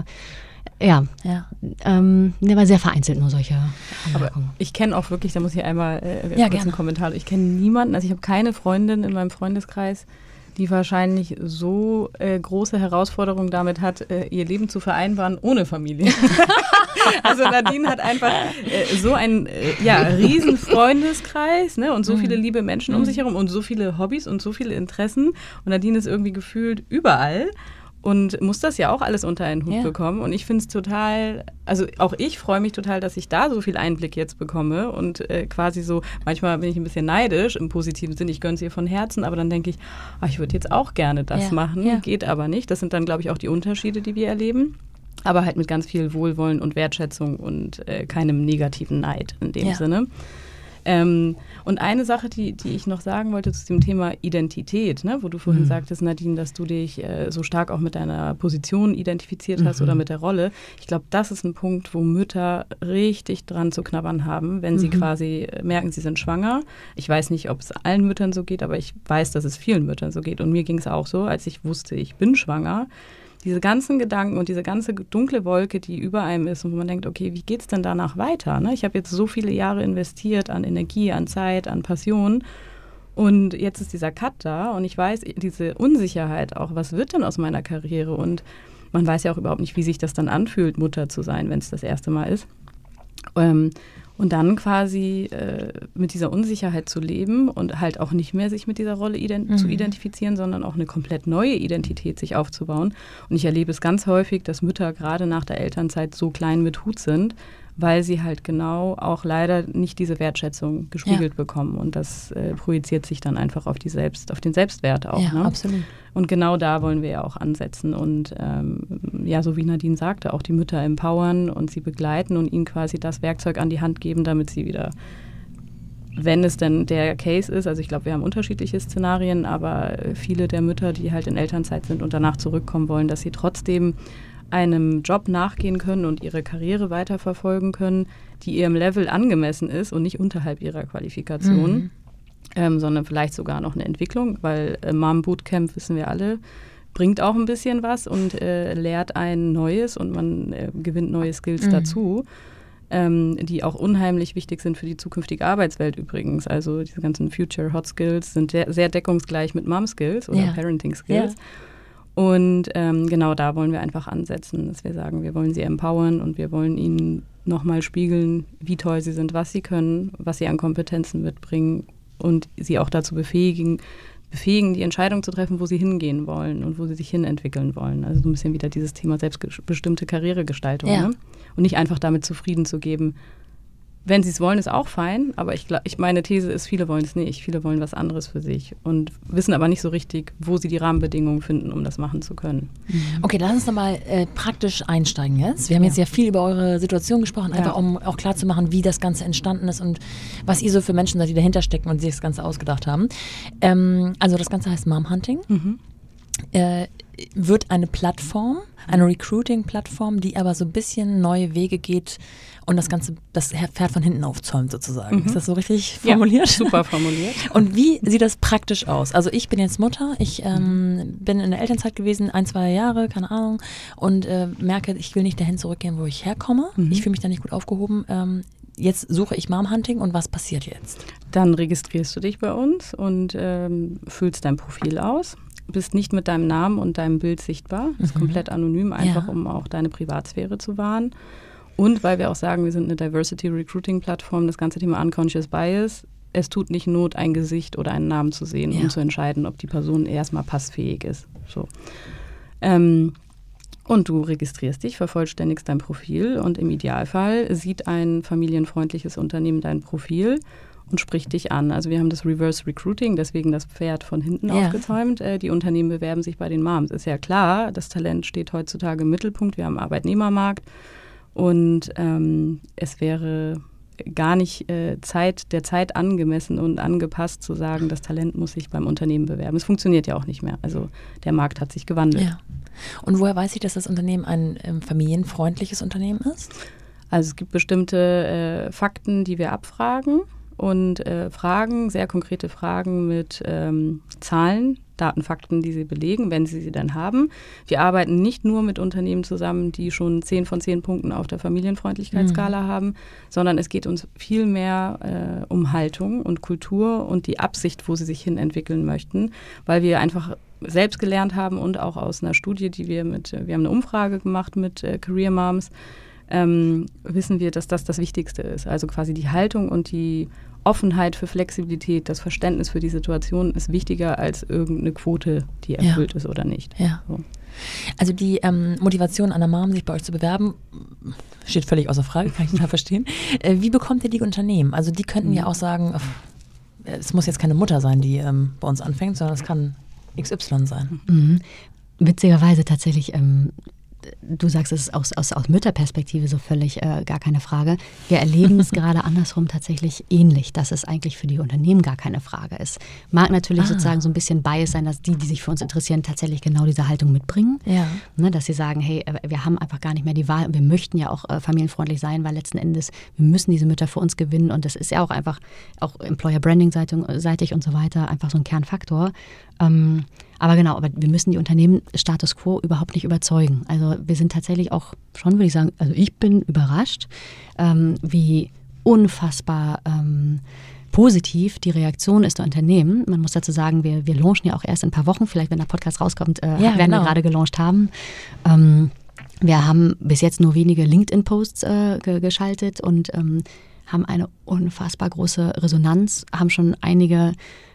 aber sehr vereinzelt nur solche Anmerkungen. Aber ich kenne auch wirklich, da muss ich einmal kurz einen Kommentar, ich kenne niemanden, also ich habe keine Freundin in meinem Freundeskreis, die wahrscheinlich so große Herausforderungen damit hat, ihr Leben zu vereinbaren ohne Familie. Also Nadine hat einfach so einen riesen Freundeskreis, ne, und so viele liebe Menschen um sich herum und so viele Hobbys und so viele Interessen und Nadine ist irgendwie gefühlt überall. Und muss das ja auch alles unter einen Hut bekommen. Und ich finde es total, also auch ich freue mich total, dass ich da so viel Einblick jetzt bekomme. Und quasi so, manchmal bin ich ein bisschen neidisch im positiven Sinn, ich gönne es ihr von Herzen, aber dann denke ich, ich würde jetzt auch gerne das machen, geht aber nicht. Das sind dann, glaube ich, auch die Unterschiede, die wir erleben. Aber halt mit ganz viel Wohlwollen und Wertschätzung und keinem negativen Neid in dem Sinne. Und eine Sache, die ich noch sagen wollte zu dem Thema Identität, ne, wo du vorhin sagtest, Nadine, dass du dich so stark auch mit deiner Position identifiziert hast oder mit der Rolle. Ich glaube, das ist ein Punkt, wo Mütter richtig dran zu knabbern haben, wenn sie quasi merken, sie sind schwanger. Ich weiß nicht, ob es allen Müttern so geht, aber ich weiß, dass es vielen Müttern so geht. Und mir ging es auch so, als ich wusste, ich bin schwanger. Diese ganzen Gedanken und diese ganze dunkle Wolke, die über einem ist und wo man denkt, okay, wie geht's denn danach weiter? Ne? Ich habe jetzt so viele Jahre investiert an Energie, an Zeit, an Passion und jetzt ist dieser Cut da und ich weiß, diese Unsicherheit auch, was wird denn aus meiner Karriere? Und man weiß ja auch überhaupt nicht, wie sich das dann anfühlt, Mutter zu sein, wenn es das erste Mal ist. Und dann quasi mit dieser Unsicherheit zu leben und halt auch nicht mehr sich mit dieser Rolle zu identifizieren, sondern auch eine komplett neue Identität sich aufzubauen. Und ich erlebe es ganz häufig, dass Mütter gerade nach der Elternzeit so klein mit Hut sind, weil sie halt genau auch leider nicht diese Wertschätzung gespiegelt bekommen. Und das projiziert sich dann einfach auf den Selbstwert auch. Ja, ne? Absolut. Und genau da wollen wir ja auch ansetzen und so wie Nadine sagte, auch die Mütter empowern und sie begleiten und ihnen quasi das Werkzeug an die Hand geben, damit sie wieder, wenn es denn der Case ist, also ich glaube, wir haben unterschiedliche Szenarien, aber viele der Mütter, die halt in Elternzeit sind und danach zurückkommen wollen, dass sie trotzdem einem Job nachgehen können und ihre Karriere weiterverfolgen können, die ihrem Level angemessen ist und nicht unterhalb ihrer Qualifikation. Sondern vielleicht sogar noch eine Entwicklung, weil Mom Bootcamp, wissen wir alle, bringt auch ein bisschen was und lehrt ein Neues und man gewinnt neue Skills dazu, die auch unheimlich wichtig sind für die zukünftige Arbeitswelt übrigens. Also diese ganzen Future Hot Skills sind sehr deckungsgleich mit Mom Skills oder Parenting Skills. Ja. Und genau da wollen wir einfach ansetzen, dass wir sagen, wir wollen sie empowern und wir wollen ihnen nochmal spiegeln, wie toll sie sind, was sie können, was sie an Kompetenzen mitbringen und sie auch dazu befähigen, die Entscheidung zu treffen, wo sie hingehen wollen und wo sie sich hinentwickeln wollen. Also so ein bisschen wieder dieses Thema selbstbestimmte Karrieregestaltung. Ne? Und nicht einfach damit zufrieden zu geben, wenn sie es wollen, ist auch fein, aber meine These ist, viele wollen es nicht. Viele wollen was anderes für sich und wissen aber nicht so richtig, wo sie die Rahmenbedingungen finden, um das machen zu können. Okay, lass uns nochmal praktisch einsteigen jetzt. Wir haben jetzt ja viel über eure Situation gesprochen, einfach um auch klarzumachen, wie das Ganze entstanden ist und was ihr so für Menschen seid, die dahinter stecken und sich das Ganze ausgedacht haben. Also das Ganze heißt Mom Hunting. Wird eine Plattform, eine Recruiting-Plattform, die aber so ein bisschen neue Wege geht und das Pferd von hinten aufzäumt sozusagen. Ist das so richtig formuliert? Ja, super formuliert. Und wie sieht das praktisch aus? Also ich bin jetzt Mutter, ich bin in der Elternzeit gewesen, 1-2 Jahre, keine Ahnung, und merke, ich will nicht dahin zurückgehen, wo ich herkomme. Ich fühle mich da nicht gut aufgehoben. Jetzt suche ich Mom Hunting und was passiert jetzt? Dann registrierst du dich bei uns und füllst dein Profil aus. Bist nicht mit deinem Namen und deinem Bild sichtbar, ist komplett anonym, einfach um auch deine Privatsphäre zu wahren. Und weil wir auch sagen, wir sind eine Diversity Recruiting Plattform, das ganze Thema Unconscious Bias, es tut nicht Not, ein Gesicht oder einen Namen zu sehen, um zu entscheiden, ob die Person erstmal passfähig ist. So. Und du registrierst dich, vervollständigst dein Profil und im Idealfall sieht ein familienfreundliches Unternehmen dein Profil und spricht dich an. Also wir haben das Reverse Recruiting, deswegen das Pferd von hinten aufgezäumt. Die Unternehmen bewerben sich bei den Moms. Ist ja klar, das Talent steht heutzutage im Mittelpunkt. Wir haben einen Arbeitnehmermarkt und es wäre gar nicht der Zeit angemessen und angepasst zu sagen, das Talent muss sich beim Unternehmen bewerben. Es funktioniert ja auch nicht mehr. Also der Markt hat sich gewandelt. Ja. Und woher weiß ich, dass das Unternehmen ein familienfreundliches Unternehmen ist? Also es gibt bestimmte Fakten, die wir abfragen und sehr konkrete Fragen mit Zahlen, Daten, Fakten, die sie belegen, wenn sie dann haben. Wir arbeiten nicht nur mit Unternehmen zusammen, die schon 10 von 10 Punkten auf der Familienfreundlichkeitsskala haben, sondern es geht uns viel mehr um Haltung und Kultur und die Absicht, wo sie sich hin entwickeln möchten, weil wir einfach selbst gelernt haben und auch aus einer Studie, wir haben eine Umfrage gemacht mit Career Moms, wissen wir, dass das Wichtigste ist. Also quasi die Haltung und die Offenheit für Flexibilität, das Verständnis für die Situation ist wichtiger als irgendeine Quote, die erfüllt ist oder nicht. Ja. So. Also die Motivation einer Mom, sich bei euch zu bewerben, steht völlig außer Frage, kann ich total verstehen. Wie bekommt ihr die Unternehmen? Also die könnten ja auch sagen, es muss jetzt keine Mutter sein, die bei uns anfängt, sondern es kann XY sein. Mhm. Witzigerweise tatsächlich, du sagst, es ist aus Mütterperspektive so völlig gar keine Frage. Wir erleben es gerade andersrum tatsächlich ähnlich, dass es eigentlich für die Unternehmen gar keine Frage ist. Mag natürlich sozusagen so ein bisschen Bias sein, dass die sich für uns interessieren, tatsächlich genau diese Haltung mitbringen. Ja. Ne, dass sie sagen, hey, wir haben einfach gar nicht mehr die Wahl. Wir möchten ja auch familienfreundlich sein, weil letzten Endes, wir müssen diese Mütter für uns gewinnen. Und das ist ja auch einfach, auch Employer Branding seitig und so weiter, einfach so ein Kernfaktor. Aber wir müssen die Unternehmen Status Quo überhaupt nicht überzeugen. Also wir sind tatsächlich auch schon, würde ich sagen, also ich bin überrascht, wie unfassbar positiv die Reaktion ist der Unternehmen. Man muss dazu sagen, wir launchen ja auch erst in ein paar Wochen, vielleicht wenn der Podcast rauskommt, werden wir gerade gelauncht haben. Wir haben bis jetzt nur wenige LinkedIn-Posts geschaltet und haben eine unfassbar große Resonanz, haben schon einige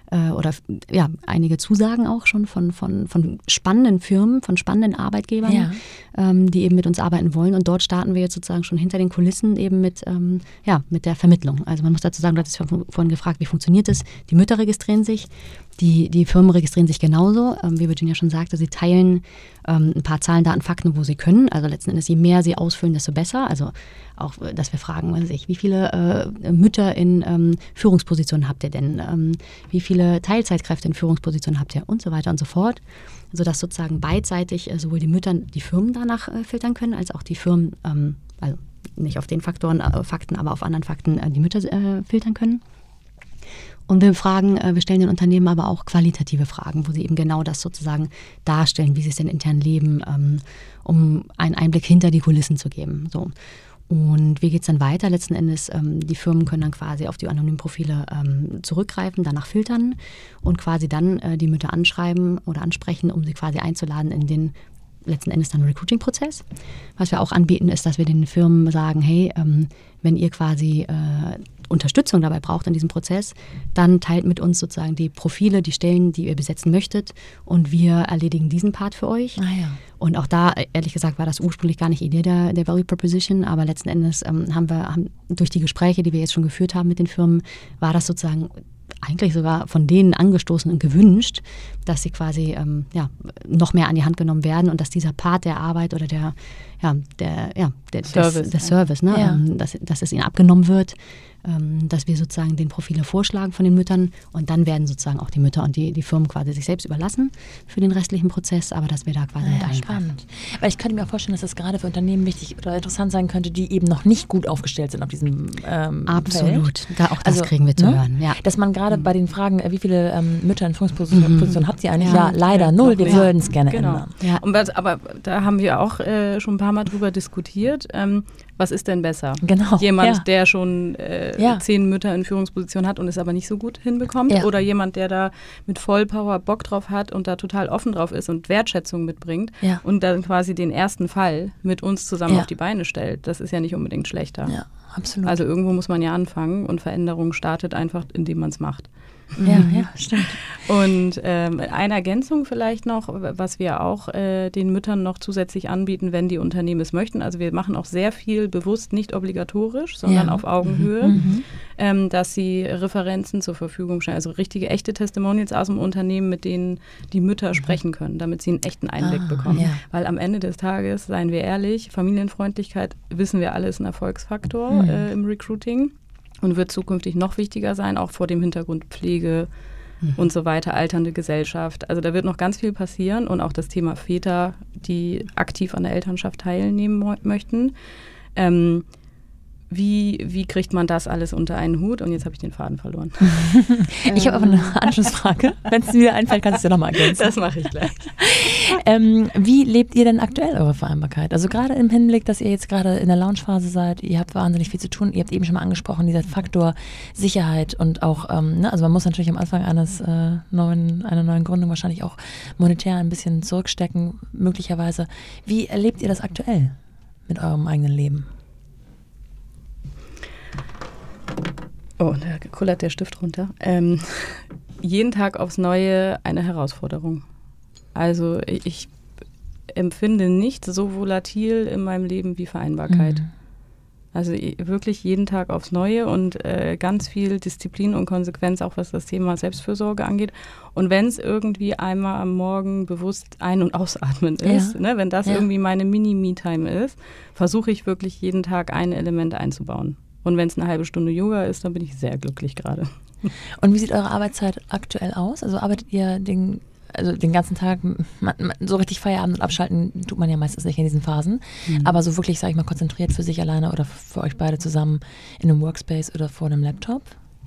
Zusagen auch schon von spannenden Firmen, von spannenden Arbeitgebern, die eben mit uns arbeiten wollen. Und dort starten wir jetzt sozusagen schon hinter den Kulissen eben mit der Vermittlung. Also man muss dazu sagen, du hattest vorhin gefragt, wie funktioniert das? Die Mütter registrieren sich, die Firmen registrieren sich genauso. Wie Virginia schon sagte, sie teilen ein paar Zahlen, Daten, Fakten, wo sie können. Also letzten Endes, je mehr sie ausfüllen, desto besser. Also auch, dass wir fragen, wie viele Mütter in Führungspositionen habt ihr denn? Wie viele Teilzeitkräfte in Führungspositionen habt ihr? Und so weiter und so fort. Sodass sozusagen beidseitig sowohl die Mütter die Firmen danach filtern können, als auch die Firmen, also nicht auf den Fakten, aber auf anderen Fakten die Mütter filtern können. Und wir stellen den Unternehmen aber auch qualitative Fragen, wo sie eben genau das sozusagen darstellen, wie sie es denn intern leben, um einen Einblick hinter die Kulissen zu geben. So. Und wie geht es dann weiter? Letzten Endes, die Firmen können dann quasi auf die anonymen Profile zurückgreifen, danach filtern und quasi dann die Mütter anschreiben oder ansprechen, um sie quasi einzuladen in den letzten Endes dann Recruiting-Prozess. Was wir auch anbieten, ist, dass wir den Firmen sagen, hey, wenn ihr quasi Unterstützung dabei braucht in diesem Prozess, dann teilt mit uns sozusagen die Profile, die Stellen, die ihr besetzen möchtet und wir erledigen diesen Part für euch. Und auch da, ehrlich gesagt, war das ursprünglich gar nicht Idee der Value Proposition, aber letzten Endes haben durch die Gespräche, die wir jetzt schon geführt haben mit den Firmen, war das sozusagen eigentlich sogar von denen angestoßen und gewünscht, dass sie quasi noch mehr an die Hand genommen werden und dass dieser Part der Arbeit oder der Service, dass es ihnen abgenommen wird, dass wir sozusagen den Profile vorschlagen von den Müttern und dann werden sozusagen auch die Mütter und die Firmen quasi sich selbst überlassen für den restlichen Prozess, aber dass wir da quasi mit eingreifen. Spannend. Weil ich könnte mir auch vorstellen, dass das gerade für Unternehmen wichtig oder interessant sein könnte, die eben noch nicht gut aufgestellt sind auf diesem Absolut. Feld. Auch das kriegen wir zu hören. Ja. Dass man gerade bei den Fragen, wie viele Mütter in Führungspositionen habt ihr eigentlich? Ja, leider 0, wir würden es gerne ändern. Ja. Aber da haben wir auch schon ein paar Mal drüber diskutiert. Was ist denn besser? Genau. Jemand, der schon 10 Mütter in Führungspositionen hat und es aber nicht so gut hinbekommt? Oder jemand, der da mit Vollpower Bock drauf hat und da total offen drauf ist und Wertschätzung mitbringt und dann quasi den ersten Fall mit uns zusammen auf die Beine stellt? Das ist ja nicht unbedingt schlechter. absolut. Also irgendwo muss man ja anfangen und Veränderung startet einfach, indem man es macht. Ja, stimmt. Und eine Ergänzung vielleicht noch, was wir auch den Müttern noch zusätzlich anbieten, wenn die Unternehmen es möchten. Also wir machen auch sehr viel bewusst nicht obligatorisch, sondern auf Augenhöhe, dass sie Referenzen zur Verfügung stellen, also richtige, echte Testimonials aus dem Unternehmen, mit denen die Mütter sprechen können, damit sie einen echten Einblick bekommen. Ja. Weil am Ende des Tages, seien wir ehrlich, Familienfreundlichkeit, wissen wir alle, ist ein Erfolgsfaktor im Recruiting. Und wird zukünftig noch wichtiger sein, auch vor dem Hintergrund Pflege und so weiter, alternde Gesellschaft. Also da wird noch ganz viel passieren und auch das Thema Väter, die aktiv an der Elternschaft teilnehmen möchten. Wie kriegt man das alles unter einen Hut? Und jetzt habe ich den Faden verloren. Ich habe aber eine Anschlussfrage. Wenn es dir wieder einfällt, kannst du es ja nochmal ergänzen. Das mache ich gleich. Wie lebt ihr denn aktuell eure Vereinbarkeit? Also gerade im Hinblick, dass ihr jetzt gerade in der Launchphase seid, ihr habt wahnsinnig viel zu tun. Ihr habt eben schon mal angesprochen, dieser Faktor Sicherheit und auch, also man muss natürlich am Anfang einer neuen Gründung wahrscheinlich auch monetär ein bisschen zurückstecken, möglicherweise. Wie erlebt ihr das aktuell mit eurem eigenen Leben? Oh, da kullert der Stift runter. Jeden Tag aufs Neue eine Herausforderung. Also ich empfinde nicht so volatil in meinem Leben wie Vereinbarkeit. Also wirklich jeden Tag aufs Neue und ganz viel Disziplin und Konsequenz, auch was das Thema Selbstfürsorge angeht. Und wenn es irgendwie einmal am Morgen bewusst ein- und ausatmen ist, ne, wenn das irgendwie meine Mini-Me-Time ist, versuche ich wirklich jeden Tag ein Element einzubauen. Und wenn es eine halbe Stunde Yoga ist, dann bin ich sehr glücklich gerade. Und wie sieht eure Arbeitszeit aktuell aus? Also arbeitet ihr den ganzen Tag, so richtig Feierabend und abschalten tut man ja meistens nicht in diesen Phasen, aber so wirklich, sag ich mal, konzentriert für sich alleine oder für euch beide zusammen in einem Workspace oder vor einem Laptop?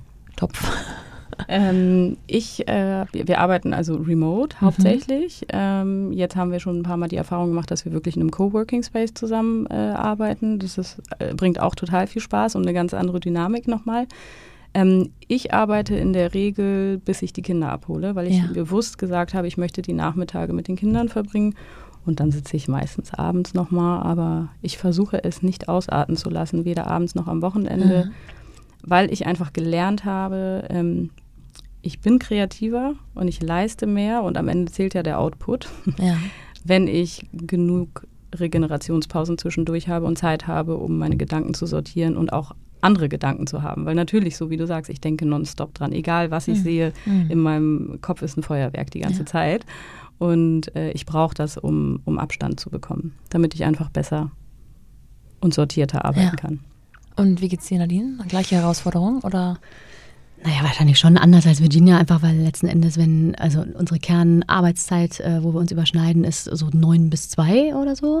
Wir arbeiten also remote hauptsächlich. Jetzt haben wir schon ein paar Mal die Erfahrung gemacht, dass wir wirklich in einem Coworking Space zusammen arbeiten. Das bringt auch total viel Spaß und eine ganz andere Dynamik nochmal. Ich arbeite in der Regel, bis ich die Kinder abhole, weil ich bewusst gesagt habe, ich möchte die Nachmittage mit den Kindern verbringen. Und dann sitze ich meistens abends nochmal, aber ich versuche es nicht ausarten zu lassen, weder abends noch am Wochenende, weil ich einfach gelernt habe, ich bin kreativer und ich leiste mehr und am Ende zählt ja der Output, wenn ich genug Regenerationspausen zwischendurch habe und Zeit habe, um meine Gedanken zu sortieren und auch andere Gedanken zu haben. Weil natürlich, so wie du sagst, ich denke nonstop dran. Egal, was ich sehe, in meinem Kopf ist ein Feuerwerk die ganze Zeit. Und ich brauche das, um Abstand zu bekommen, damit ich einfach besser und sortierter arbeiten kann. Und wie geht's dir, Nadine? Gleiche Herausforderung oder? Naja, wahrscheinlich schon anders als Virginia, einfach weil letzten Endes, also unsere Kernarbeitszeit, wo wir uns überschneiden, ist so 9 bis 2 oder so.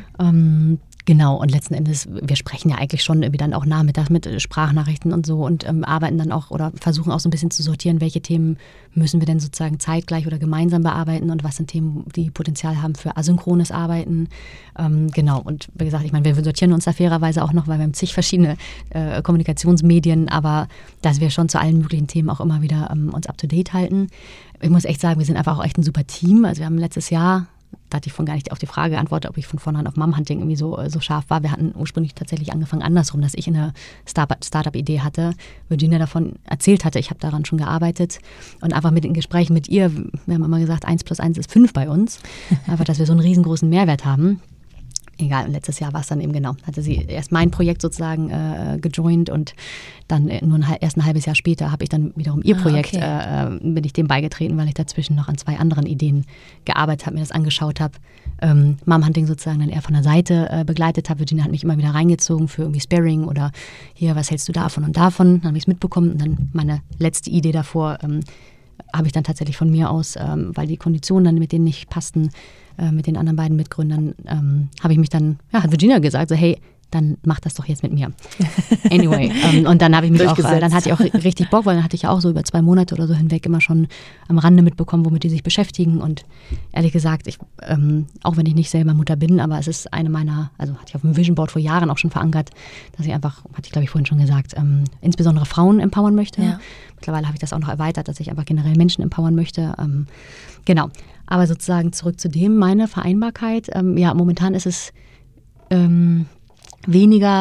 Genau, und letzten Endes, wir sprechen ja eigentlich schon irgendwie dann auch nachmittags mit Sprachnachrichten und so und arbeiten dann auch oder versuchen auch so ein bisschen zu sortieren, welche Themen müssen wir denn sozusagen zeitgleich oder gemeinsam bearbeiten und was sind Themen, die Potenzial haben für asynchrones Arbeiten. Genau, und wie gesagt, ich meine, wir sortieren uns da fairerweise auch noch, weil wir haben zig verschiedene Kommunikationsmedien, aber dass wir schon zu allen möglichen Themen auch immer wieder uns up-to-date halten. Ich muss echt sagen, wir sind einfach auch echt ein super Team. Also wir haben letztes Jahr, da hatte ich von gar nicht auf die Frage geantwortet, ob ich von vornherein auf Mom-Hunting irgendwie so scharf war. Wir hatten ursprünglich tatsächlich angefangen andersrum, dass ich eine Startup-Idee hatte, Virginia davon erzählt hatte, ich habe daran schon gearbeitet und einfach mit den Gesprächen mit ihr, wir haben immer gesagt, 1 + 1 ist 5 bei uns, einfach, dass wir so einen riesengroßen Mehrwert haben. Egal, und letztes Jahr war es dann eben genau. Hatte sie erst mein Projekt sozusagen gejoint und dann erst ein halbes Jahr später habe ich dann wiederum ihr Projekt, bin ich dem beigetreten, weil ich dazwischen noch an 2 anderen Ideen gearbeitet habe, mir das angeschaut habe. Mom-Hunting sozusagen dann eher von der Seite begleitet habe. Virginia hat mich immer wieder reingezogen für irgendwie Sparring oder hier, was hältst du davon und davon? Dann habe ich es mitbekommen und dann meine letzte Idee davor habe ich dann tatsächlich von mir aus, weil die Konditionen dann mit denen nicht passten, mit den anderen beiden Mitgründern, habe ich mich dann, hat Virginia gesagt, so hey, dann mach das doch jetzt mit mir. Anyway, und dann habe ich mich auch, dann hatte ich auch richtig Bock, weil dann hatte ich ja auch so über 2 Monate oder so hinweg immer schon am Rande mitbekommen, womit die sich beschäftigen und ehrlich gesagt, auch wenn ich nicht selber Mutter bin, aber es ist eine meiner, also hatte ich auf dem Vision Board vor Jahren auch schon verankert, dass ich einfach, hatte ich glaube ich vorhin schon gesagt, insbesondere Frauen empowern möchte. Ja. Mittlerweile habe ich das auch noch erweitert, dass ich einfach generell Menschen empowern möchte. Genau, aber sozusagen zurück zu dem, meine Vereinbarkeit, momentan ist es weniger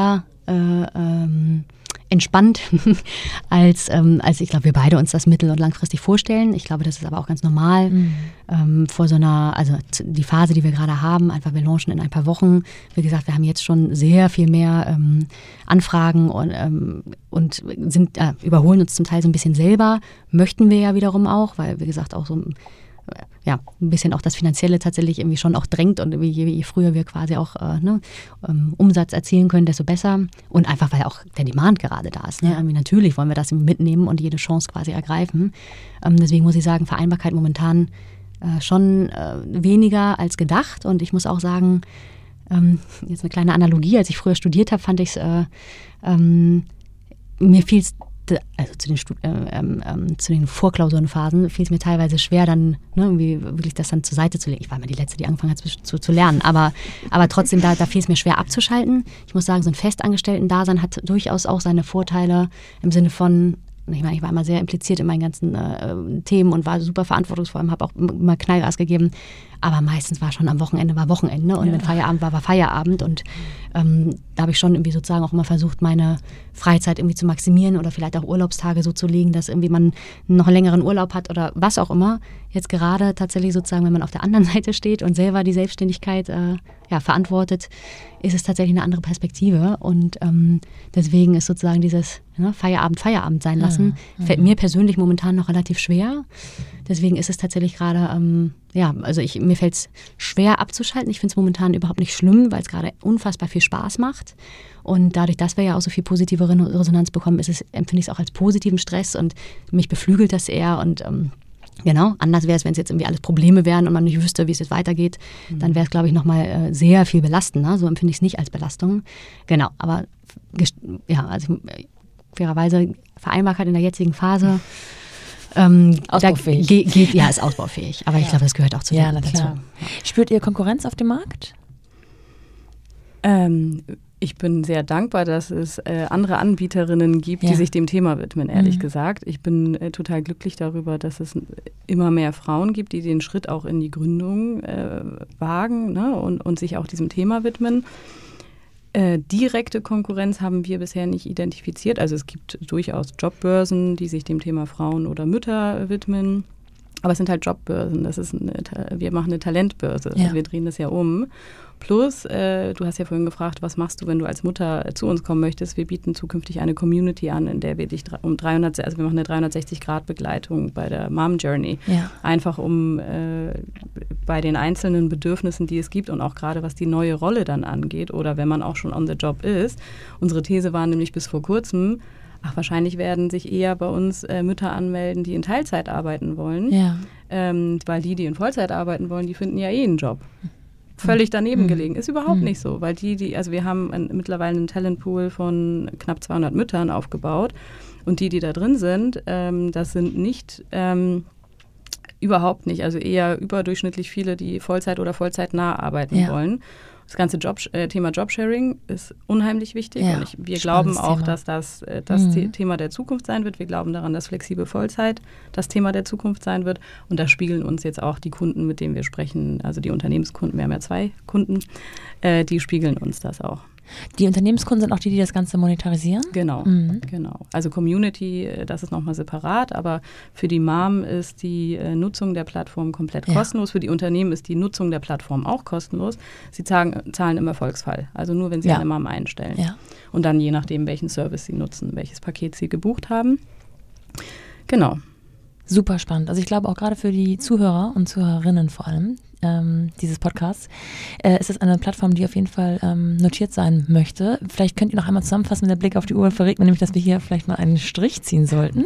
entspannt, als ich glaube, wir beide uns das mittel- und langfristig vorstellen. Ich glaube, das ist aber auch ganz normal vor so einer, also die Phase, die wir gerade haben, einfach wir launchen in ein paar Wochen. Wie gesagt, wir haben jetzt schon sehr viel mehr Anfragen und überholen uns zum Teil so ein bisschen selber. Möchten wir ja wiederum auch, weil, wie gesagt, auch so ein bisschen auch das Finanzielle tatsächlich irgendwie schon auch drängt und je früher wir quasi auch Umsatz erzielen können, desto besser. Und einfach, weil auch der Demand gerade da ist. Ne? Irgendwie natürlich wollen wir das mitnehmen und jede Chance quasi ergreifen. Deswegen muss ich sagen, Vereinbarkeit momentan schon weniger als gedacht. Und ich muss auch sagen, jetzt eine kleine Analogie, als ich früher studiert habe, fand ich es, mir fiel es, also zu den Vorklausurenphasen fiel es mir teilweise schwer, dann irgendwie wirklich das dann zur Seite zu legen. Ich war immer die Letzte, die angefangen hat zu lernen, aber trotzdem, da fiel es mir schwer abzuschalten. Ich muss sagen, so ein Festangestellten-Dasein hat durchaus auch seine Vorteile im Sinne von, ich meine, ich war immer sehr impliziert in meinen ganzen Themen und war super verantwortungsvoll, habe auch immer Knallgas gegeben. Aber meistens war schon am Wochenende Wochenende und wenn Feierabend war Feierabend. Und da habe ich schon irgendwie sozusagen auch immer versucht, meine Freizeit irgendwie zu maximieren oder vielleicht auch Urlaubstage so zu legen, dass irgendwie man noch einen längeren Urlaub hat oder was auch immer. Jetzt gerade tatsächlich sozusagen, wenn man auf der anderen Seite steht und selber die Selbstständigkeit verantwortet, ist es tatsächlich eine andere Perspektive. Und deswegen ist sozusagen dieses Feierabend sein lassen, fällt mir persönlich momentan noch relativ schwer. Deswegen ist es tatsächlich gerade, mir fällt es schwer abzuschalten. Ich finde es momentan überhaupt nicht schlimm, weil es gerade unfassbar viel Spaß macht. Und dadurch, dass wir ja auch so viel positive Resonanz bekommen, empfinde ich es auch als positiven Stress und mich beflügelt das eher. Und genau, anders wäre es, wenn es jetzt irgendwie alles Probleme wären und man nicht wüsste, wie es jetzt weitergeht. Dann wäre es, glaube ich, nochmal sehr viel belastender. So empfinde ich es nicht als Belastung. Genau, aber fairerweise Vereinbarkeit in der jetzigen Phase ausbaufähig. Ist ausbaufähig. Aber ich glaube, das gehört auch dazu. Ja. Spürt ihr Konkurrenz auf dem Markt? Ich bin sehr dankbar, dass es andere Anbieterinnen gibt, die sich dem Thema widmen, ehrlich gesagt. Ich bin total glücklich darüber, dass es immer mehr Frauen gibt, die den Schritt auch in die Gründung wagen, ne, und sich auch diesem Thema widmen. Direkte Konkurrenz haben wir bisher nicht identifiziert. Also es gibt durchaus Jobbörsen, die sich dem Thema Frauen oder Mütter widmen. Aber es sind halt Jobbörsen. Wir machen eine Talentbörse. Ja. Also wir drehen das ja um. Plus, du hast ja vorhin gefragt, was machst du, wenn du als Mutter zu uns kommen möchtest? Wir bieten zukünftig eine Community an, in der wir dich wir machen eine 360-Grad-Begleitung bei der Mom Journey. Ja. Einfach um bei den einzelnen Bedürfnissen, die es gibt und auch gerade was die neue Rolle dann angeht oder wenn man auch schon on the job ist. Unsere These war nämlich bis vor kurzem, wahrscheinlich werden sich eher bei uns Mütter anmelden, die in Teilzeit arbeiten wollen. Ja. Weil die in Vollzeit arbeiten wollen, die finden ja einen Job. Völlig daneben gelegen. Ist überhaupt nicht so, weil also wir haben mittlerweile einen Talentpool von knapp 200 Müttern aufgebaut und die da drin sind, das sind nicht, überhaupt nicht, also eher überdurchschnittlich viele, die Vollzeit oder vollzeitnah arbeiten wollen. Das ganze Thema Jobsharing ist unheimlich wichtig und wir glauben auch, dass das Thema der Zukunft sein wird. Wir glauben daran, dass flexible Vollzeit das Thema der Zukunft sein wird und da spiegeln uns jetzt auch die Kunden, mit denen wir sprechen, also die Unternehmenskunden, wir haben ja 2 Kunden, die spiegeln uns das auch. Die Unternehmenskunden sind auch die das Ganze monetarisieren? Genau. Also Community, das ist nochmal separat, aber für die Mom ist die Nutzung der Plattform komplett kostenlos. Für die Unternehmen ist die Nutzung der Plattform auch kostenlos. Sie zahlen im Erfolgsfall, also nur, wenn sie eine Mom einstellen. Ja. Und dann je nachdem, welchen Service sie nutzen, welches Paket sie gebucht haben. Genau. Super spannend. Also ich glaube auch gerade für die Zuhörer und Zuhörerinnen vor allem dieses Podcasts ist es eine Plattform, die auf jeden Fall notiert sein möchte. Vielleicht könnt ihr noch einmal zusammenfassen, mit der Blick auf die Uhr verrät mir nämlich, dass wir hier vielleicht mal einen Strich ziehen sollten,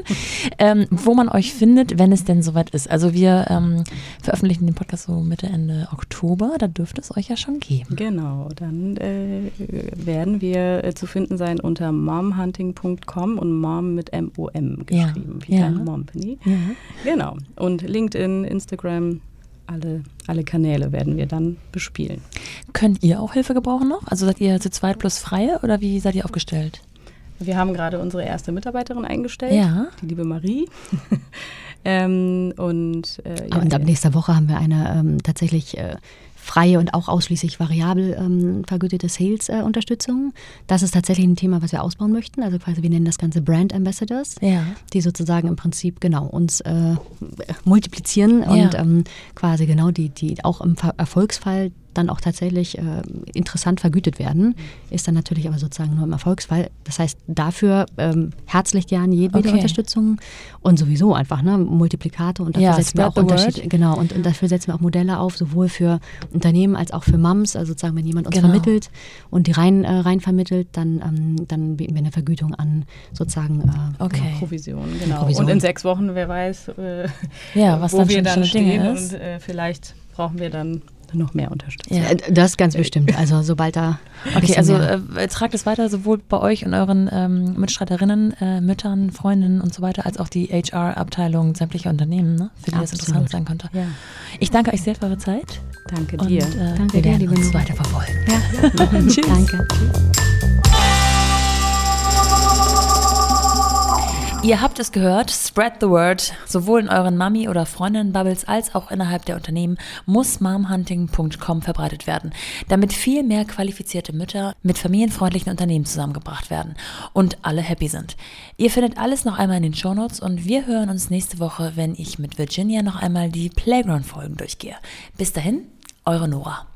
wo man euch findet, wenn es denn soweit ist. Also wir veröffentlichen den Podcast so Mitte, Ende Oktober, da dürfte es euch ja schon geben. Genau, dann werden wir zu finden sein unter momhunting.com und Mom mit M-O-M geschrieben, wie deine Mompany. Ja. Genau, und LinkedIn, Instagram, alle Kanäle werden wir dann bespielen. Könnt ihr auch Hilfe gebrauchen noch? Also seid ihr zu zweit plus Freie oder wie seid ihr aufgestellt? Wir haben gerade unsere erste Mitarbeiterin eingestellt, die liebe Marie. Und ab nächster Woche haben wir eine tatsächlich freie und auch ausschließlich variabel vergütete Sales-Unterstützung. Das ist tatsächlich ein Thema, was wir ausbauen möchten. Also quasi wir nennen das Ganze Brand Ambassadors, die sozusagen im Prinzip uns multiplizieren und quasi genau die auch im Erfolgsfall dann auch tatsächlich interessant vergütet werden, ist dann natürlich aber sozusagen nur im Erfolgsfall. Das heißt, dafür herzlich gern jedwede Unterstützung und sowieso einfach Multiplikator und dafür setzen wir auch und dafür setzen wir auch Modelle auf, sowohl für Unternehmen als auch für Moms, also sozusagen, wenn jemand uns vermittelt und die rein vermittelt, dann bieten wir eine Vergütung an, sozusagen Provision, genau. Und in 6 Wochen, wer weiß, was wo dann wir dann stehen ist. Und vielleicht brauchen wir dann noch mehr Unterstützung. Ja, das ganz bestimmt. Also sobald da... Okay, also tragt es weiter, sowohl bei euch und euren Mitstreiterinnen, Müttern, Freundinnen und so weiter, als auch die HR-Abteilung sämtlicher Unternehmen, für die das interessant sein könnte. Ja. Ich danke euch sehr für eure Zeit. Danke dir. Und, danke wir dir, werden liebe uns Nora. weiter verfolgen. Ja. Tschüss. Danke. Ihr habt es gehört, spread the word. Sowohl in euren Mami- oder Freundinnen-Bubbles als auch innerhalb der Unternehmen muss momhunting.com verbreitet werden, damit viel mehr qualifizierte Mütter mit familienfreundlichen Unternehmen zusammengebracht werden und alle happy sind. Ihr findet alles noch einmal in den Shownotes und wir hören uns nächste Woche, wenn ich mit Virginia noch einmal die Playground-Folgen durchgehe. Bis dahin, eure Nora.